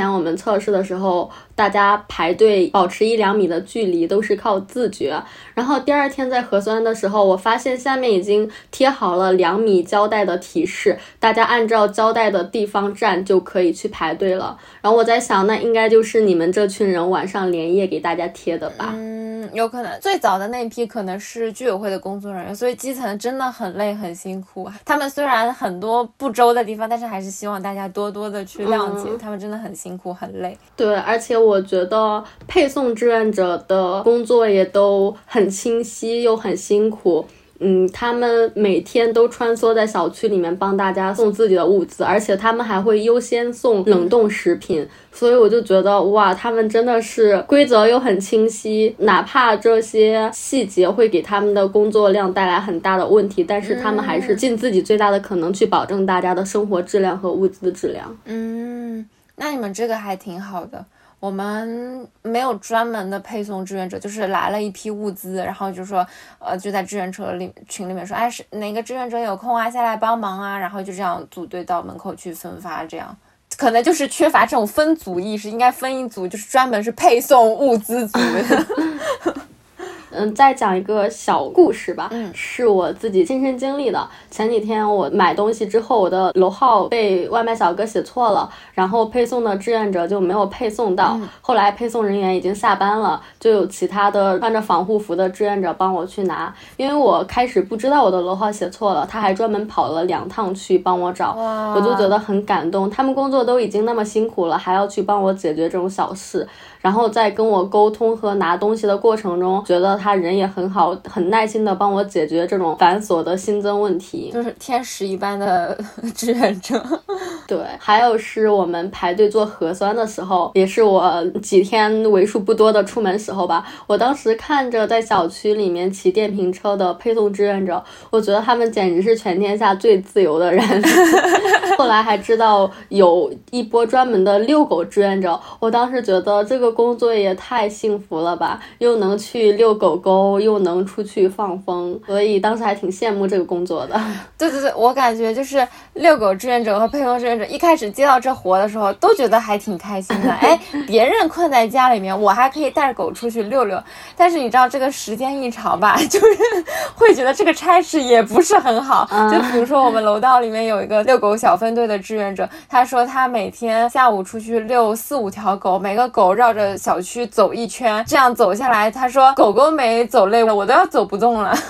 前我们测试的时候，大家排队保持一两米的距离都是靠自觉，然后第二天在核酸的时候，我发现下面已经贴好了两米胶带的提示，大家按照胶带的地方站就可以去排队了。然后我在想，那应该就是你们这群人晚上连夜给大家贴的吧？ 嗯，有可能最早的那一批可能是居委会的工作人员，所以基层真的很累很辛苦。他们虽然很多不周的地方，但是还是希望大家多多的去谅解、嗯、他们真的很辛苦很累。 对，而且我觉得配送志愿者的工作也都很清晰又很辛苦。嗯，他们每天都穿梭在小区里面帮大家送自己的物资，而且他们还会优先送冷冻食品，所以我就觉得哇，他们真的是规则又很清晰，哪怕这些细节会给他们的工作量带来很大的问题，但是他们还是尽自己最大的可能去保证大家的生活质量和物资质量。 嗯，那你们这个还挺好的。我们没有专门的配送志愿者，就是来了一批物资，然后就说呃就在志愿者里群里面说，哎，是哪个志愿者有空啊下来帮忙啊，然后就这样组队到门口去分发。这样可能就是缺乏这种分组意识，应该分一组就是专门是配送物资组的嗯，再讲一个小故事吧， 嗯， 是我自己亲身经历的。前几天我买东西之后，我的楼号被外卖小哥写错了，然后配送的志愿者就没有配送到、嗯、后来配送人员已经下班了，就有其他的穿着防护服的志愿者帮我去拿。因为我开始不知道我的楼号写错了，他还专门跑了两趟去帮我找，我就觉得很感动。他们工作都已经那么辛苦了，还要去帮我解决这种小事，然后在跟我沟通和拿东西的过程中，觉得他人也很好，很耐心的帮我解决这种繁琐的新增问题， 就是天使一般的志愿者。 对，还有是我们排队做核酸的时候，也是我几天为数不多的出门时候吧，我当时看着在小区里面骑电瓶车的配送志愿者，我觉得他们简直是全天下最自由的人后来还知道有一波专门的遛狗志愿者，我当时觉得这个工作也太幸福了吧，又能去遛狗狗，又能出去放风，所以当时还挺羡慕这个工作的。 对对对，我感觉就是遛狗志愿者和配送志愿者一开始接到这活的时候都觉得还挺开心的，哎，别人困在家里面，我还可以带着狗出去遛遛。但是你知道这个时间一长吧，就是会觉得这个差事也不是很好、嗯、就比如说我们楼道里面有一个遛狗小分队的志愿者，他说他每天下午出去遛四五条狗，每个狗绕着小区走一圈，这样走下来，他说狗狗没走累了，我都要走不动了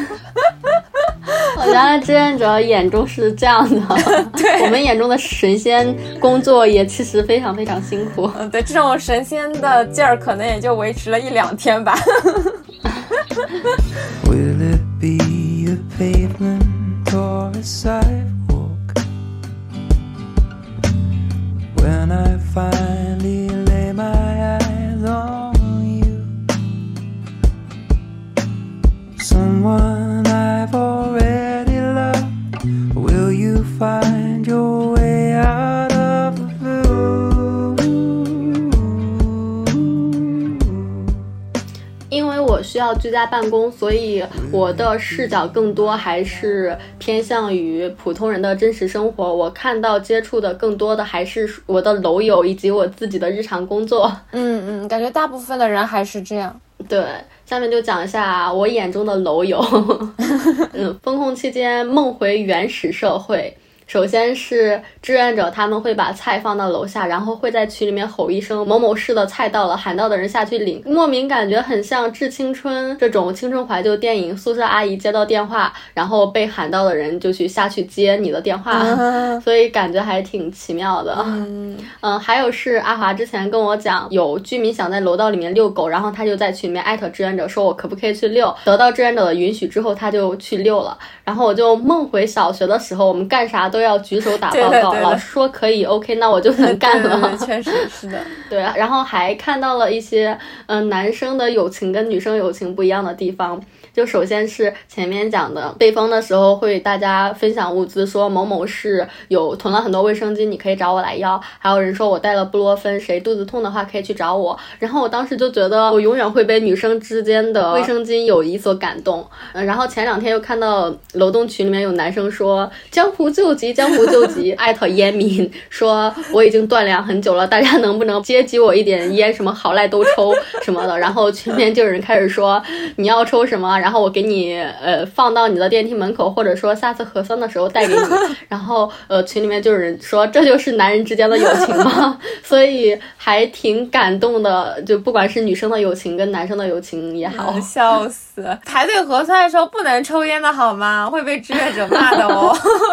我原来志愿者眼中是这样的对， 我们眼中的神仙工作也其实非常非常辛苦。 嗯，对，这种神仙的劲儿可能也就维持了一两天吧 Will it be a pavement or a sidewalk When I finally lay my eyes on you Someone I've already loved Will you find your way out of the blue 因为我需要居家办公，所以我的视角更多还是偏向于普通人的真实生活，我看到接触的更多的还是我的楼友以及我自己的日常工作。 嗯嗯，感觉大部分的人还是这样。 对，下面就讲一下我眼中的楼友嗯，封控期间梦回原始社会。首先是志愿者，他们会把菜放到楼下，然后会在群里面吼一声某某市的菜到了，喊到的人下去领，莫名感觉很像致青春这种青春怀旧电影，宿舍阿姨接到电话，然后被喊到的人就去下去接你的电话、啊、所以感觉还挺奇妙的。嗯嗯，还有是阿华之前跟我讲，有居民想在楼道里面遛狗，然后他就在群里面艾特志愿者说我可不可以去遛，得到志愿者的允许之后他就去遛了。然后我就梦回小学的时候，我们干啥都要举手打报告，对对对对，老师说可以 OK 那我就能干了。 对对对，确实是的。 对，然后还看到了一些嗯、呃、男生的友情跟女生友情不一样的地方。就首先是前面讲的被封的时候会大家分享物资，说某某市有囤了很多卫生巾，你可以找我来要，还有人说我带了布洛芬，谁肚子痛的话可以去找我。然后我当时就觉得我永远会被女生之间的卫生巾友谊所感动、嗯、然后前两天又看到楼东群里面有男生说江湖救急急江湖救急艾特烟民说我已经断粮很久了，大家能不能接济我一点烟，什么好赖都抽什么的。然后群里面就有人开始说你要抽什么，然后我给你呃放到你的电梯门口，或者说下次核酸的时候带给你。然后呃群里面就有人说这就是男人之间的友情吗？所以还挺感动的，就不管是女生的友情跟男生的友情也好。 嗯、笑死，排队核酸的时候不能抽烟的好吗？会被志愿者骂的哦。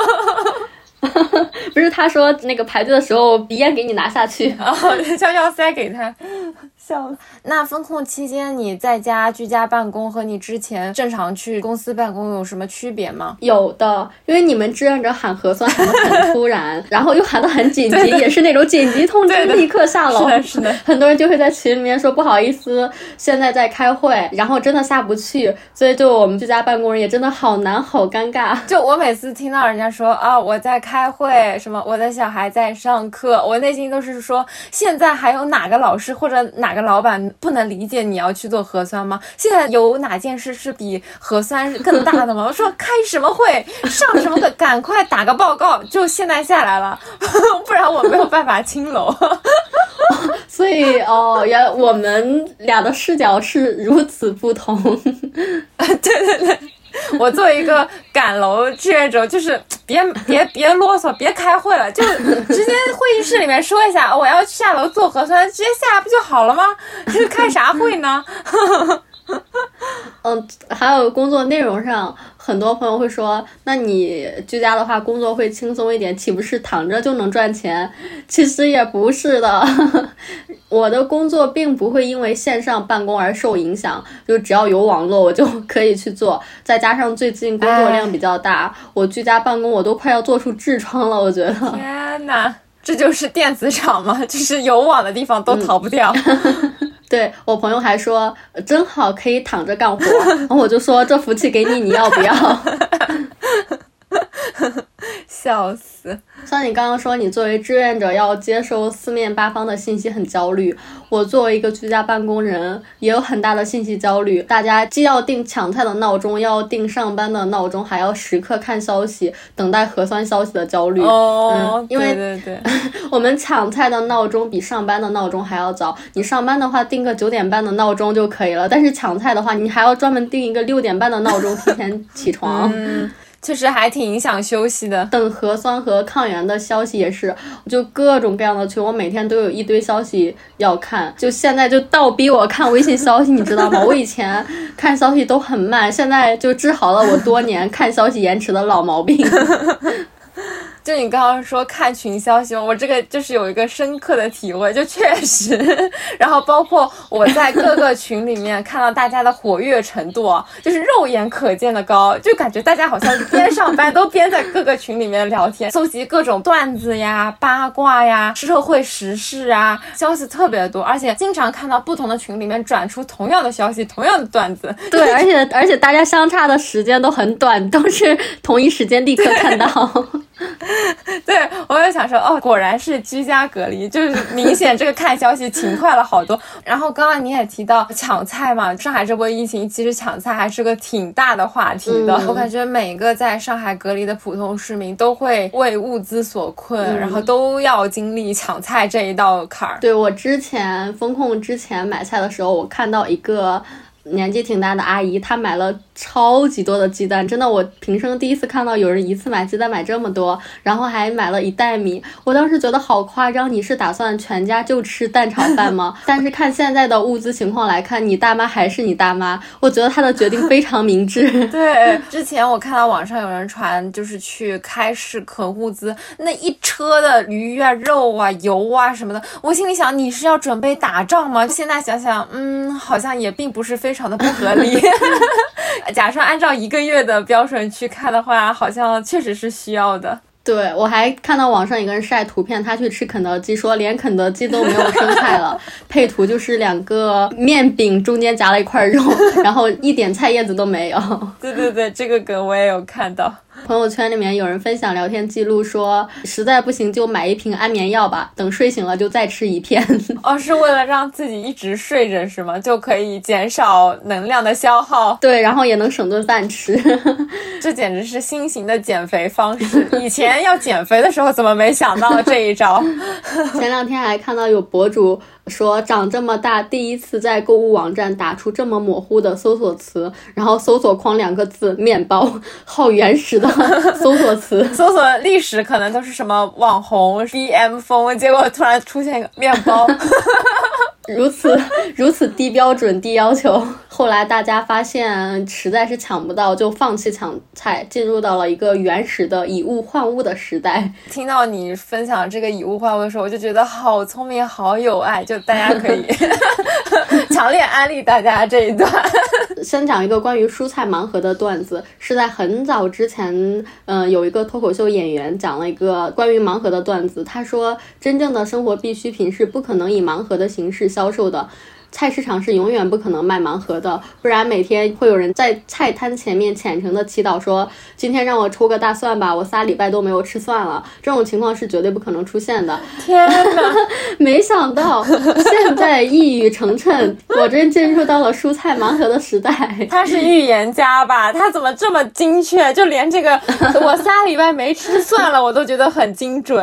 不是，他说那个排队的时候烟给你拿下去， 然后悄悄塞给他，笑死。那封控期间你在家居家办公和你之前正常去公司办公有什么区别吗？ 有的，因为你们志愿者喊核酸喊得很突然，然后又喊得很紧急，也是那种紧急通知立刻下楼。 是的，是的。 很多人就会在群里面说不好意思，现在在开会，然后真的下不去，所以就我们居家办公人也真的好难好尴尬。 就我每次听到人家说啊我在开会，什么我的小孩在上课，我内心都是说现在还有哪个老师或者哪个老板不能理解你要去做核酸吗？现在有哪件事是比核酸更大的吗？我说开什么会上什么课，赶快打个报告，就现在下来了，不然我没有办法清楼。 所以哦，原我们俩的视角是如此不同。 对对对，我作为一个赶楼志愿者，就是别别别啰嗦，别开会了，就直接会议室里面说一下我要下楼做核酸，直接下不就好了吗？这开啥会呢？ 嗯，还有工作内容上，很多朋友会说，那你居家的话工作会轻松一点，岂不是躺着就能赚钱？其实也不是的。我的工作并不会因为线上办公而受影响，就只要有网络我就可以去做，再加上最近工作量比较大，我居家办公我都快要做出痔疮了，我觉得。 天哪，这就是电子厂吗？就是有网的地方都逃不掉。 嗯对，我朋友还说真好可以躺着干活，然后我就说这福气给你，你要不要？ 笑死。 像你刚刚说你作为志愿者要接受四面八方的信息很焦虑，我作为一个居家办公人也有很大的信息焦虑，大家既要定抢菜的闹钟，要定上班的闹钟，还要时刻看消息等待核酸消息的焦虑。 哦、 嗯，因为对对对我们抢菜的闹钟比上班的闹钟还要早，你上班的话定个九点半的闹钟就可以了，但是抢菜的话你还要专门定一个六点半的闹钟提前起床。 嗯，确实还挺影响休息的。 等核酸和抗原的消息也是，就各种各样的群，我每天都有一堆消息要看，就现在就倒逼我看微信消息，你知道吗？我以前看消息都很慢，现在就治好了我多年看消息延迟的老毛病。 就你刚刚说看群消息，我这个就是有一个深刻的体会，就确实，然后包括我在各个群里面看到大家的活跃程度啊，就是肉眼可见的高，就感觉大家好像边上班都边在各个群里面聊天，搜集各种段子呀、八卦呀、社会时事啊，消息特别多，而且经常看到不同的群里面转出同样的消息、同样的段子。 对，而且而且大家相差的时间都很短，都是同一时间立刻看到。 对，我就想说，哦，果然是居家隔离，就是明显这个看消息勤快了好多。然后刚刚你也提到抢菜嘛，上海这波疫情其实抢菜还是个挺大的话题的。嗯、我感觉每个在上海隔离的普通市民都会为物资所困，嗯、然后都要经历抢菜这一道坎儿。 对，我之前封控之前买菜的时候，我看到一个年纪挺大的阿姨，她买了超级多的鸡蛋，真的我平生第一次看到有人一次买鸡蛋买这么多，然后还买了一袋米，我当时觉得好夸张，你是打算全家就吃蛋炒饭吗？但是看现在的物资情况来看，你大妈还是你大妈，我觉得她的决定非常明智。 对，之前我看到网上有人传就是去开市囤物资，那一车的鱼啊肉啊油啊什么的，我心里想你是要准备打仗吗？现在想想嗯好像也并不是非常的不合理。假设按照一个月的标准去看的话，好像确实是需要的。 对，我还看到网上一个人晒图片，他去吃肯德基，说连肯德基都没有生菜了，配图就是两个面饼中间夹了一块肉，然后一点菜叶子都没有。 对对对，这个梗我也有看到。 朋友圈里面有人分享聊天记录说，实在不行就买一瓶安眠药吧，等睡醒了就再吃一片。 哦，是为了让自己一直睡着是吗？就可以减少能量的消耗。 对，然后也能省顿饭吃。 这简直是新型的减肥方式。以前要减肥的时候怎么没想到这一招？ 前两天还看到有博主说，长这么大第一次在购物网站打出这么模糊的搜索词，然后搜索框两个字面包，好原始的搜索词。 搜索历史可能都是什么网红 B M 风，结果突然出现一个面包。 如此如此低标准低要求，后来大家发现实在是抢不到，就放弃抢菜，进入到了一个原始的以物换物的时代。 听到你分享这个以物换物的时候，我就觉得好聪明好有爱，就大家可以强烈安利大家这一段。 先讲一个关于蔬菜盲盒的段子，是在很早之前嗯、呃，有一个脱口秀演员讲了一个关于盲盒的段子。他说，真正的生活必需品是不可能以盲盒的形式销售的，菜市场是永远不可能卖盲盒的，不然每天会有人在菜摊前面虔诚的祈祷说，今天让我抽个大蒜吧，我仨礼拜都没有吃蒜了。这种情况是绝对不可能出现的。 天哪， 没想到现在一语成谶，果真进入到了蔬菜盲盒的时代。 他是预言家吧？他怎么这么精确？就连这个我仨礼拜没吃蒜了我都觉得很精准。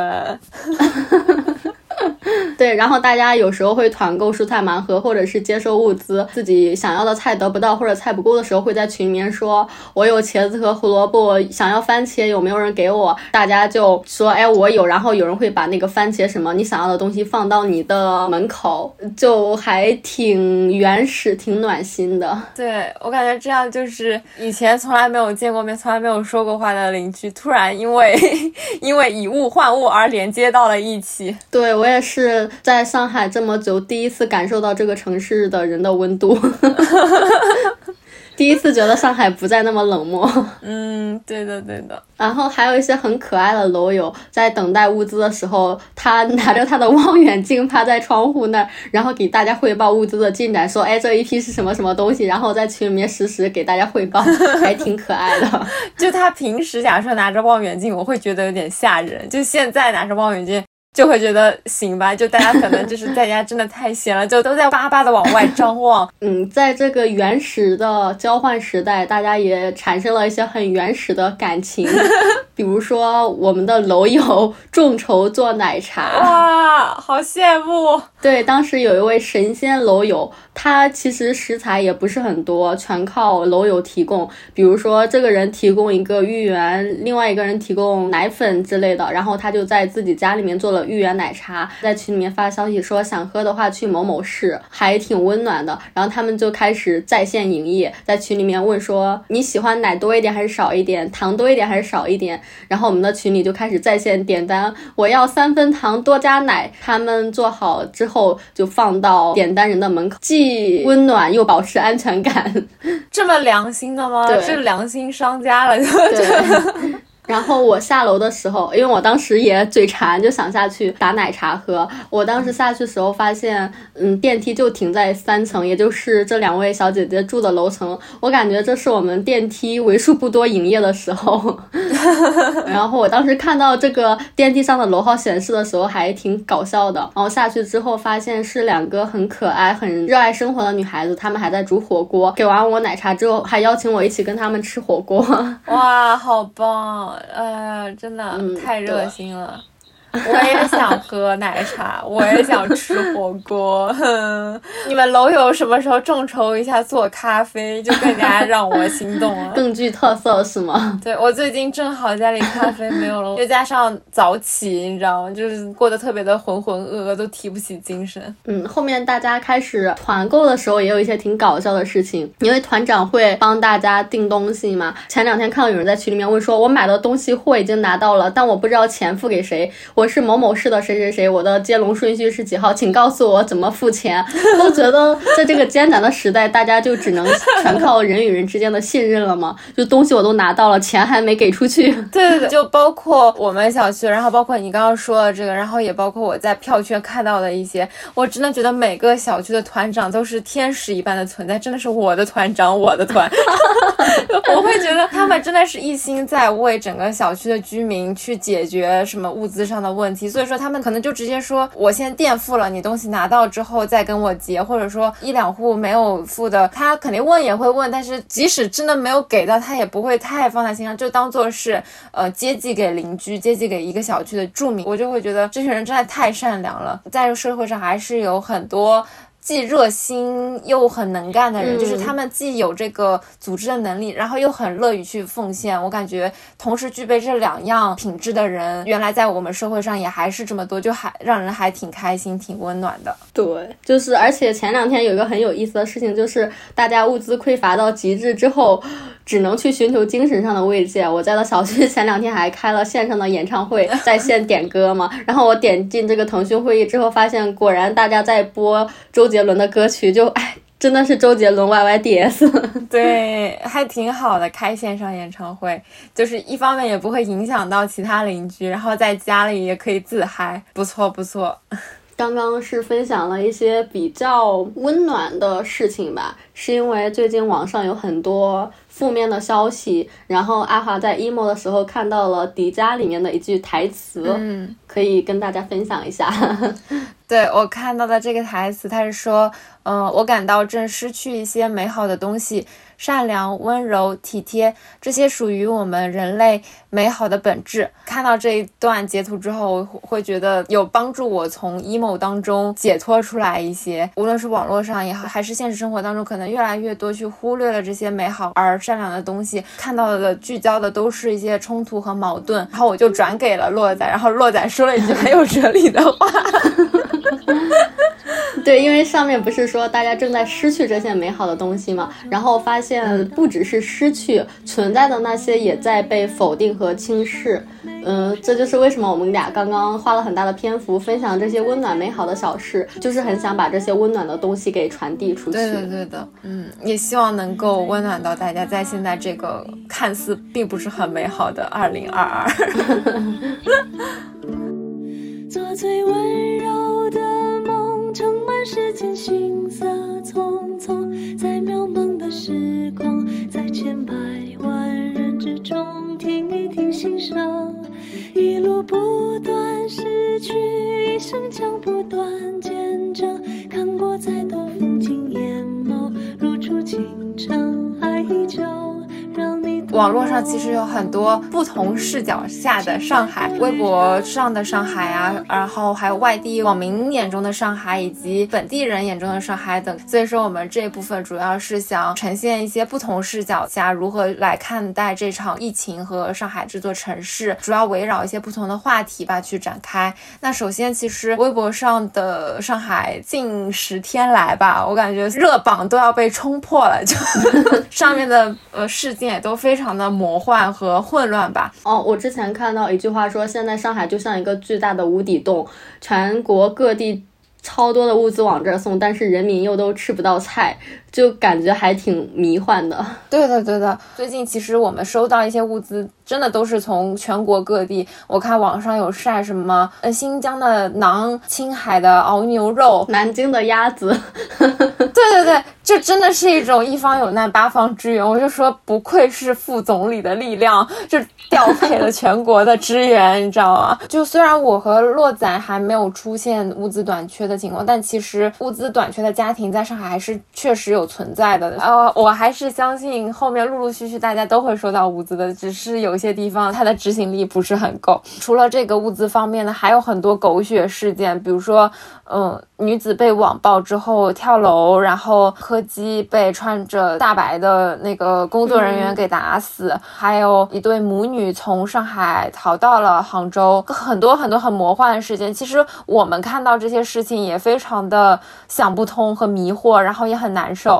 对，然后大家有时候会团购蔬菜盲盒，或者是接受物资，自己想要的菜得不到或者菜不够的时候，会在群里面说，我有茄子和胡萝卜，想要番茄，有没有人给我？大家就说，哎，我有，然后有人会把那个番茄什么你想要的东西放到你的门口，就还挺原始挺暖心的。 对，我感觉这样就是以前从来没有见过面从来没有说过话的邻居，突然因为因为以物换物而连接到了一起。 对，我也是在上海这么久第一次感受到这个城市的人的温度。第一次觉得上海不再那么冷漠。 嗯，对的对的。 然后还有一些很可爱的楼友，在等待物资的时候，他拿着他的望远镜趴在窗户那儿，然后给大家汇报物资的进展，说，哎，这一批是什么什么东西，然后在群里面实时给大家汇报，还挺可爱的。 就他平时假设拿着望远镜，我会觉得有点吓人，就现在拿着望远镜就会觉得行吧，就大家可能就是在家真的太闲了，就都在巴巴的往外张望。 嗯，在这个原始的交换时代，大家也产生了一些很原始的感情。比如说我们的楼友众筹做奶茶， 哇，好羡慕。 对，当时有一位神仙楼友，他其实食材也不是很多，全靠楼友提供。比如说这个人提供一个芋圆，另外一个人提供奶粉之类的，然后他就在自己家里面做了芋圆奶茶，在群里面发消息说想喝的话去某某市，还挺温暖的。然后他们就开始在线营业，在群里面问说，你喜欢奶多一点还是少一点，糖多一点还是少一点。然后我们的群里就开始在线点单，我要三分糖多加奶。他们做好之后就放到点单人的门口，既温暖又保持安全感。 这么良心的吗？是良心商家了。 对。然后我下楼的时候，因为我当时也嘴馋，就想下去打奶茶喝。我当时下去的时候发现，嗯，电梯就停在三层，也就是这两位小姐姐住的楼层。我感觉这是我们电梯为数不多营业的时候。然后我当时看到这个电梯上的楼号显示的时候还挺搞笑的。然后下去之后发现是两个很可爱很热爱生活的女孩子，她们还在煮火锅。给完我奶茶之后还邀请我一起跟她们吃火锅。 哇，好棒！呃，真的、嗯、太热心了。我也想喝奶茶，我也想吃火锅。哼，你们楼友什么时候众筹一下做咖啡，就更加让我心动了。 更具特色是吗？ 对，我最近正好家里咖啡没有了，又加上早起，你知道吗？就是过得特别的浑浑噩噩，都提不起精神。 嗯，后面大家开始团购的时候，也有一些挺搞笑的事情，因为团长会帮大家订东西嘛。前两天看到有人在群里面问说，我买的东西货已经拿到了，但我不知道钱付给谁。我我是某某市的谁谁谁，我的接龙顺序是几号，请告诉我怎么付钱。都觉得在这个艰难的时代，大家就只能全靠人与人之间的信任了吗？就东西我都拿到了，钱还没给出去。 对对对，就包括我们小区，然后包括你刚刚说的这个，然后也包括我在票圈看到的一些，我真的觉得每个小区的团长都是天使一般的存在，真的是我的团长，我的团。我会觉得他们真的是一心在为整个小区的居民去解决什么物资上的问题，所以说他们可能就直接说我先垫付了，你东西拿到之后再跟我结，或者说一两户没有付的，他肯定问也会问，但是即使真的没有给到，他也不会太放在心上，就当做是呃接济给邻居，接济给一个小区的住民。我就会觉得这群人真的太善良了，在这个社会上还是有很多既热心又很能干的人、嗯、就是他们既有这个组织的能力，然后又很乐于去奉献。我感觉同时具备这两样品质的人，原来在我们社会上也还是这么多，就还让人还挺开心挺温暖的。 对，就是而且前两天有一个很有意思的事情，就是大家物资匮乏到极致之后只能去寻求精神上的慰藉。我在的小区前两天还开了线上的演唱会，在线点歌嘛，然后我点进这个腾讯会议之后发现果然大家在播周杰伦的歌曲，就哎，真的是周杰伦 Y Y D S。 对，还挺好的，开线上演唱会就是一方面也不会影响到其他邻居，然后在家里也可以自嗨，不错不错。 刚刚是分享了一些比较温暖的事情吧，是因为最近网上有很多负面的消息，然后阿华在 emo 的时候看到了迪迦里面的一句台词、嗯、可以跟大家分享一下。 对，我看到的这个台词，他是说嗯、呃，我感到正失去一些美好的东西，善良、温柔、体贴，这些属于我们人类美好的本质。看到这一段截图之后，我会觉得有帮助我从 emo 当中解脱出来一些，无论是网络上也好，还是现实生活当中，可能越来越多去忽略了这些美好而善良的东西，看到的聚焦的都是一些冲突和矛盾。然后我就转给了洛仔，然后洛仔说了一句很有哲理的话。 对，因为上面不是说大家正在失去这些美好的东西嘛，然后发现不只是失去，存在的那些也在被否定和轻视。嗯，这就是为什么我们俩刚刚花了很大的篇幅分享这些温暖美好的小事，就是很想把这些温暖的东西给传递出去。 对的对的，嗯，也希望能够温暖到大家，在现在这个看似并不是很美好的二零二二。 做最温柔的梦，盛满世间行色匆匆，在渺茫的时光，在千百万人之中，听一听心声，一路不断失去，一生将不断见证，看过再多风景眼眸，如初清晨，爱依旧。 网络上其实有很多不同视角下的上海，微博上的上海啊，然后还有外地网民眼中的上海，以及本地人眼中的上海等。所以说我们这一部分主要是想呈现一些不同视角下如何来看待这场疫情和上海这座城市，主要围绕一些不同的话题吧去展开。那首先其实微博上的上海近十天来吧，我感觉热榜都要被冲破了，就上面的呃事件也都非常的魔幻和混乱吧。 哦，我之前看到一句话说，现在上海就像一个巨大的无底洞，全国各地超多的物资往这儿送，但是人民又都吃不到菜，就感觉还挺迷幻的。 对的对的，最近其实我们收到一些物资真的都是从全国各地，我看网上有晒什么呃新疆的馕、青海的牦牛肉、 南京的鸭子。 对对对，这真的是一种一方有难八方支援。我就说不愧是副总理的力量，就调配了全国的支援，你知道吗？就虽然我和洛仔还没有出现物资短缺的情况，但其实物资短缺的家庭在上海还是确实有存在的。呃，我还是相信后面陆陆续续大家都会收到物资的，只是有些地方它的执行力不是很够。除了这个物资方面呢，还有很多狗血事件，比如说嗯，女子被网暴之后跳楼，然后柯基被穿着大白的那个工作人员给打死、嗯、还有一对母女从上海逃到了杭州，很多很多很魔幻的事件。其实我们看到这些事情也非常的想不通和迷惑，然后也很难受，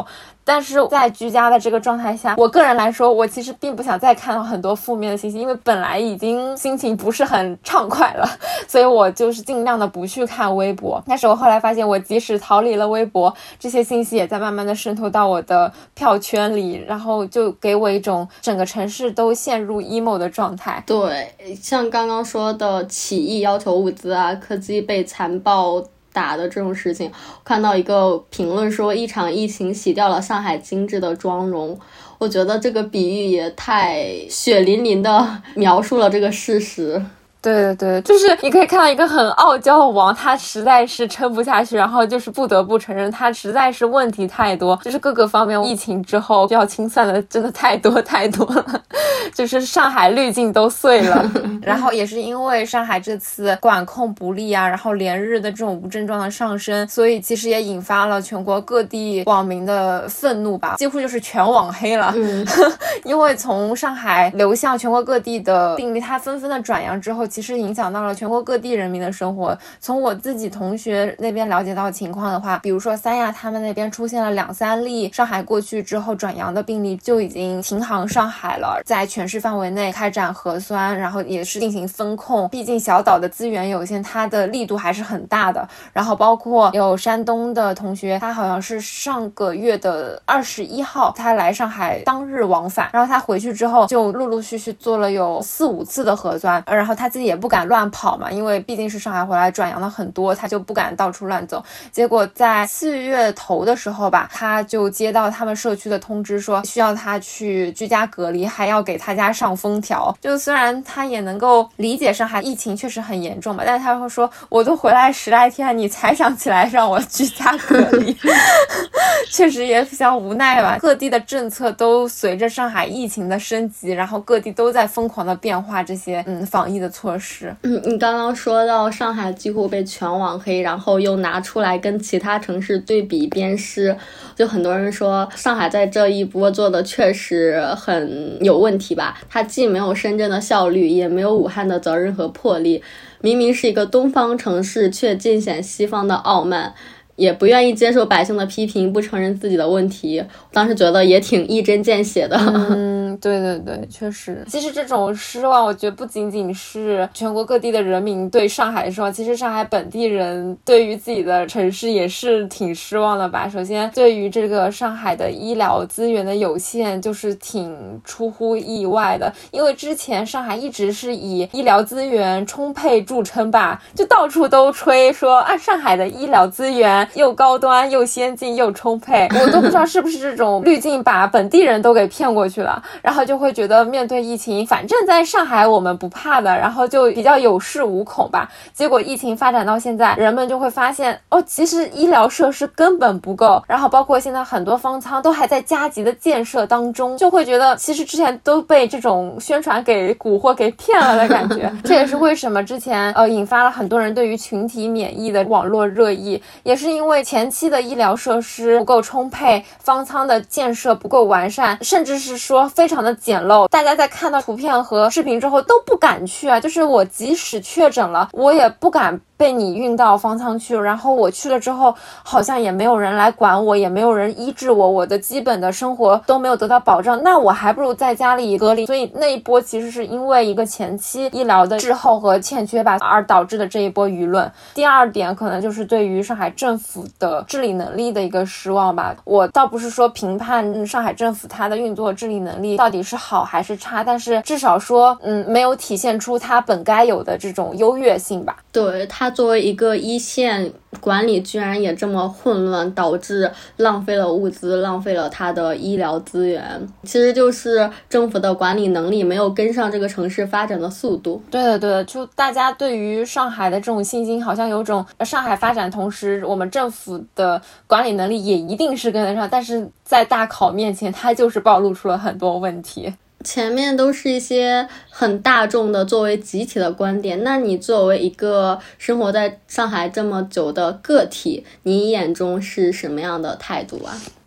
但是在居家的这个状态下，我个人来说，我其实并不想再看到很多负面的信息，因为本来已经心情不是很畅快了，所以我就是尽量的不去看微博。但是我后来发现，我即使逃离了微博，这些信息也在慢慢的渗透到我的票圈里，然后就给我一种整个城市都陷入 emo 的状态。 对，像刚刚说的起义要求物资啊，柯基被残暴打的这种事情，看到一个评论说一场疫情洗掉了上海精致的妆容，我觉得这个比喻也太血淋淋的描述了这个事实。 对对对，就是你可以看到一个很傲娇的王，他实在是撑不下去，然后就是不得不承认他实在是问题太多，就是各个方面疫情之后需要清算的真的太多太多了，就是上海滤镜都碎了。然后也是因为上海这次管控不力啊，然后连日的这种无症状的上升，所以其实也引发了全国各地网民的愤怒吧，几乎就是全网黑了。嗯、因为从上海流向全国各地的病例它纷纷的转阳之后，其实影响到了全国各地人民的生活。从我自己同学那边了解到情况的话，比如说三亚他们那边出现了两三例上海过去之后转阳的病例，就已经停航上海了，在全市范围内开展核酸，然后也是进行风控，毕竟小岛的资源有限，它的力度还是很大的。然后包括有山东的同学，他好像是上个月的二十一号他来上海当日往返，然后他回去之后就陆陆续续做了有四五次的核酸，然后他自己也不敢乱跑嘛，因为毕竟是上海回来转阳的很多，他就不敢到处乱走。结果在四月头的时候吧，他就接到他们社区的通知说需要他去居家隔离，还要给他家上封条。就虽然他也能够理解上海疫情确实很严重吧，但是他会说我都回来十来天，你才想起来让我居家隔离。确实也比较无奈吧，各地的政策都随着上海疫情的升级，然后各地都在疯狂的变化这些嗯防疫的措施。 嗯，你刚刚说到上海几乎被全网黑，然后又拿出来跟其他城市对比鞭尸，就很多人说上海在这一波做的确实很有问题吧，它既没有深圳的效率，也没有武汉的责任和魄力，明明是一个东方城市，却尽显西方的傲慢，也不愿意接受百姓的批评，不承认自己的问题。我当时觉得也挺一针见血的。 嗯，对对对，确实。其实这种失望，我觉得不仅仅是全国各地的人民对上海失望，其实上海本地人对于自己的城市也是挺失望的吧。首先，对于这个上海的医疗资源的有限，就是挺出乎意外的。因为之前上海一直是以医疗资源充沛著称吧，就到处都吹说啊，上海的医疗资源又高端又先进又充沛，我都不知道是不是这种滤镜把本地人都给骗过去了，然后就会觉得面对疫情反正在上海我们不怕的，然后就比较有恃无恐吧。结果疫情发展到现在，人们就会发现哦，其实医疗设施根本不够，然后包括现在很多方舱都还在加急的建设当中，就会觉得其实之前都被这种宣传给蛊惑给骗了的感觉。这也是为什么之前呃引发了很多人对于群体免疫的网络热议，也是因为前期的医疗设施不够充沛，方舱的建设不够完善，甚至是说非常的简陋，大家在看到图片和视频之后都不敢去啊，就是我即使确诊了，我也不敢被你运到方舱去，然后我去了之后好像也没有人来管我，也没有人医治我，我的基本的生活都没有得到保障，那我还不如在家里隔离。所以那一波其实是因为一个前期医疗的滞后和欠缺吧，而导致的这一波舆论。第二点可能就是对于上海政府的治理能力的一个失望吧。我倒不是说评判上海政府它的运作治理能力到底是好还是差，但是至少说嗯，没有体现出它本该有的这种优越性吧。 对，它作为一个一线管理居然也这么混乱，导致浪费了物资，浪费了它的医疗资源，其实就是政府的管理能力没有跟上这个城市发展的速度。 对的对的，就大家对于上海的这种信心好像有种上海发展同时我们政府的管理能力也一定是跟得上，但是在大考面前它就是暴露出了很多问题。 前面都是一些很大众的作为集体的观点，那你作为一个生活在上海这么久的个体，你眼中是什么样的态度啊？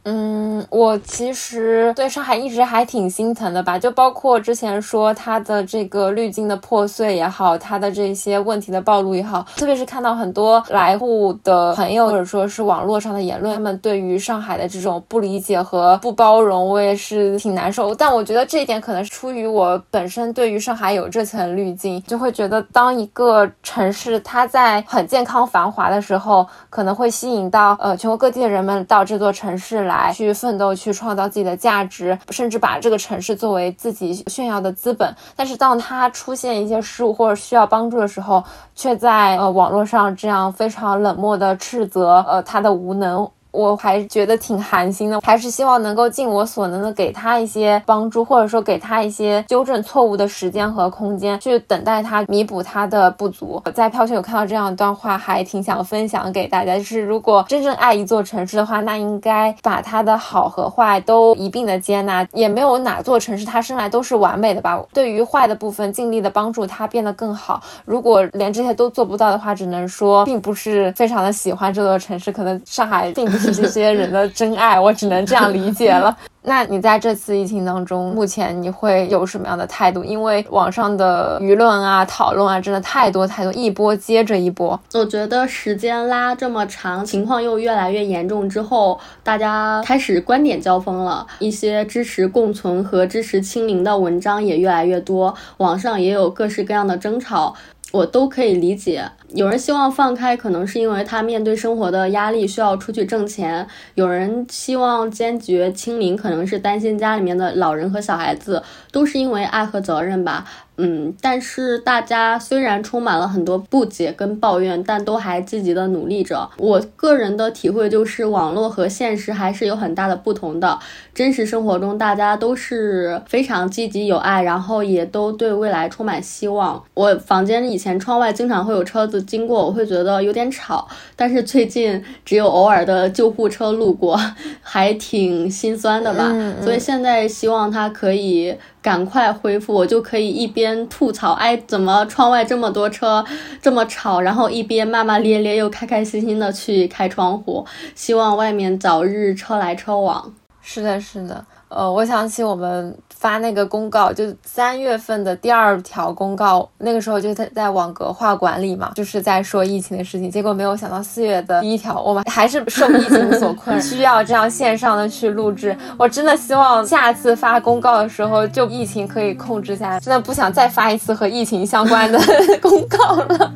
嗯，我其实对上海一直还挺心疼的吧，就包括之前说它的这个滤镜的破碎也好，它的这些问题的暴露也好，特别是看到很多来沪的朋友或者说是网络上的言论，他们对于上海的这种不理解和不包容，我也是挺难受。但我觉得这一点可能是出于我本身对于上海有这层滤镜，就会觉得当一个城市它在很健康繁华的时候，可能会吸引到呃全国各地的人们到这座城市来去奋斗，去创造自己的价值，甚至把这个城市作为自己炫耀的资本。但是当它出现一些失误或者需要帮助的时候，却在呃网络上这样非常冷漠的斥责呃他的无能，我还觉得挺寒心的，还是希望能够尽我所能的给他一些帮助，或者说给他一些纠正错误的时间和空间，去等待他弥补他的不足。我在票圈有看到这样一段话，还挺想分享给大家，就是如果真正爱一座城市的话，那应该把它的好和坏都一并的接纳，也没有哪座城市它生来都是完美的吧，对于坏的部分尽力的帮助它变得更好。如果连这些都做不到的话，只能说并不是非常的喜欢这座城市，可能上海并不是这些人的真爱，我只能这样理解了。那你在这次疫情当中，目前你会有什么样的态度？因为网上的舆论啊、讨论啊，真的太多太多，一波接着一波。 我觉得时间拉这么长，情况又越来越严重之后，大家开始观点交锋了，一些支持共存和支持清零的文章也越来越多，网上也有各式各样的争吵，我都可以理解。有人希望放开，可能是因为他面对生活的压力需要出去挣钱，有人希望坚决清零，可能是担心家里面的老人和小孩子，都是因为爱和责任吧。嗯，但是大家虽然充满了很多不解跟抱怨，但都还积极的努力着。我个人的体会就是，网络和现实还是有很大的不同的。真实生活中，大家都是非常积极有爱，然后也都对未来充满希望。我房间以前窗外经常会有车子经过，我会觉得有点吵，但是最近只有偶尔的救护车路过，还挺心酸的吧。 嗯嗯， 所以现在希望它可以赶快恢复，我就可以一边吐槽哎怎么窗外这么多车这么吵，然后一边骂骂咧咧又开开心心的去开窗户，希望外面早日车来车往。 是的是的，呃，我想起我们发那个公告，就三月份的第二条公告，那个时候就在在网格化管理嘛，就是在说疫情的事情，结果没有想到四月的第一条，我们还是受疫情所困，需要这样线上的去录制。我真的希望下次发公告的时候，就疫情可以控制下来，真的不想再发一次和疫情相关的公告了。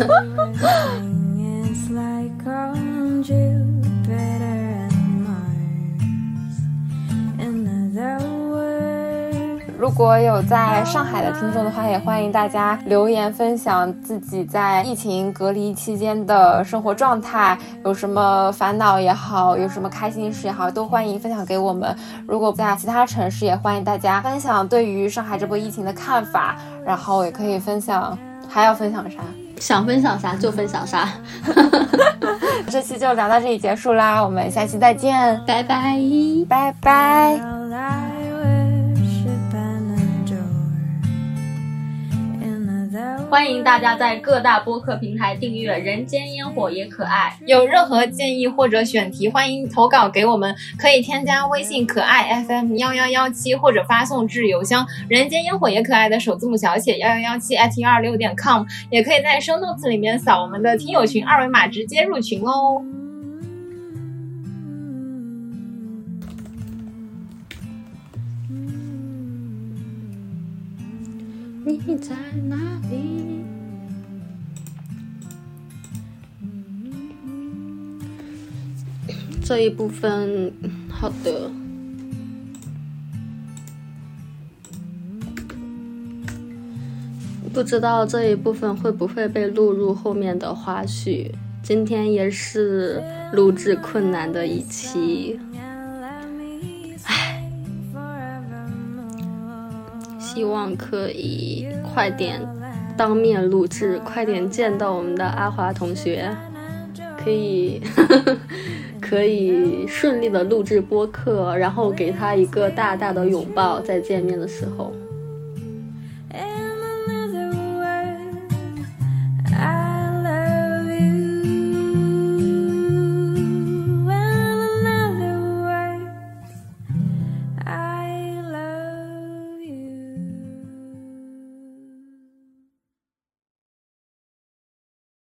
如果有在上海的听众的话，也欢迎大家留言分享自己在疫情隔离期间的生活状态，有什么烦恼也好，有什么开心事也好，都欢迎分享给我们。如果在其他城市，也欢迎大家分享对于上海这波疫情的看法，然后也可以分享，还要分享啥？ 想分享啥就分享啥。 这期就聊到这里结束啦，我们下期再见， 拜拜拜拜。 欢迎大家在各大播客平台订阅《人间烟火也可爱》。 有任何建议或者选题，欢迎投稿给我们，可以添加微信可爱 F M 一一一七，或者发送至邮箱人间烟火也可爱的首字母小写一一一七 at 一二六点 com， 也可以在 show notes 里面扫我们的听友群二维码直接入群哦。 你在哪里？这一部分好的，不知道这一部分会不会被录入后面的花絮。今天也是录制困难的一期，唉，希望可以快点当面录制，快点见到我们的阿华同学，可以可以顺利的录制播客，然后给他一个大大的拥抱，在见面的时候。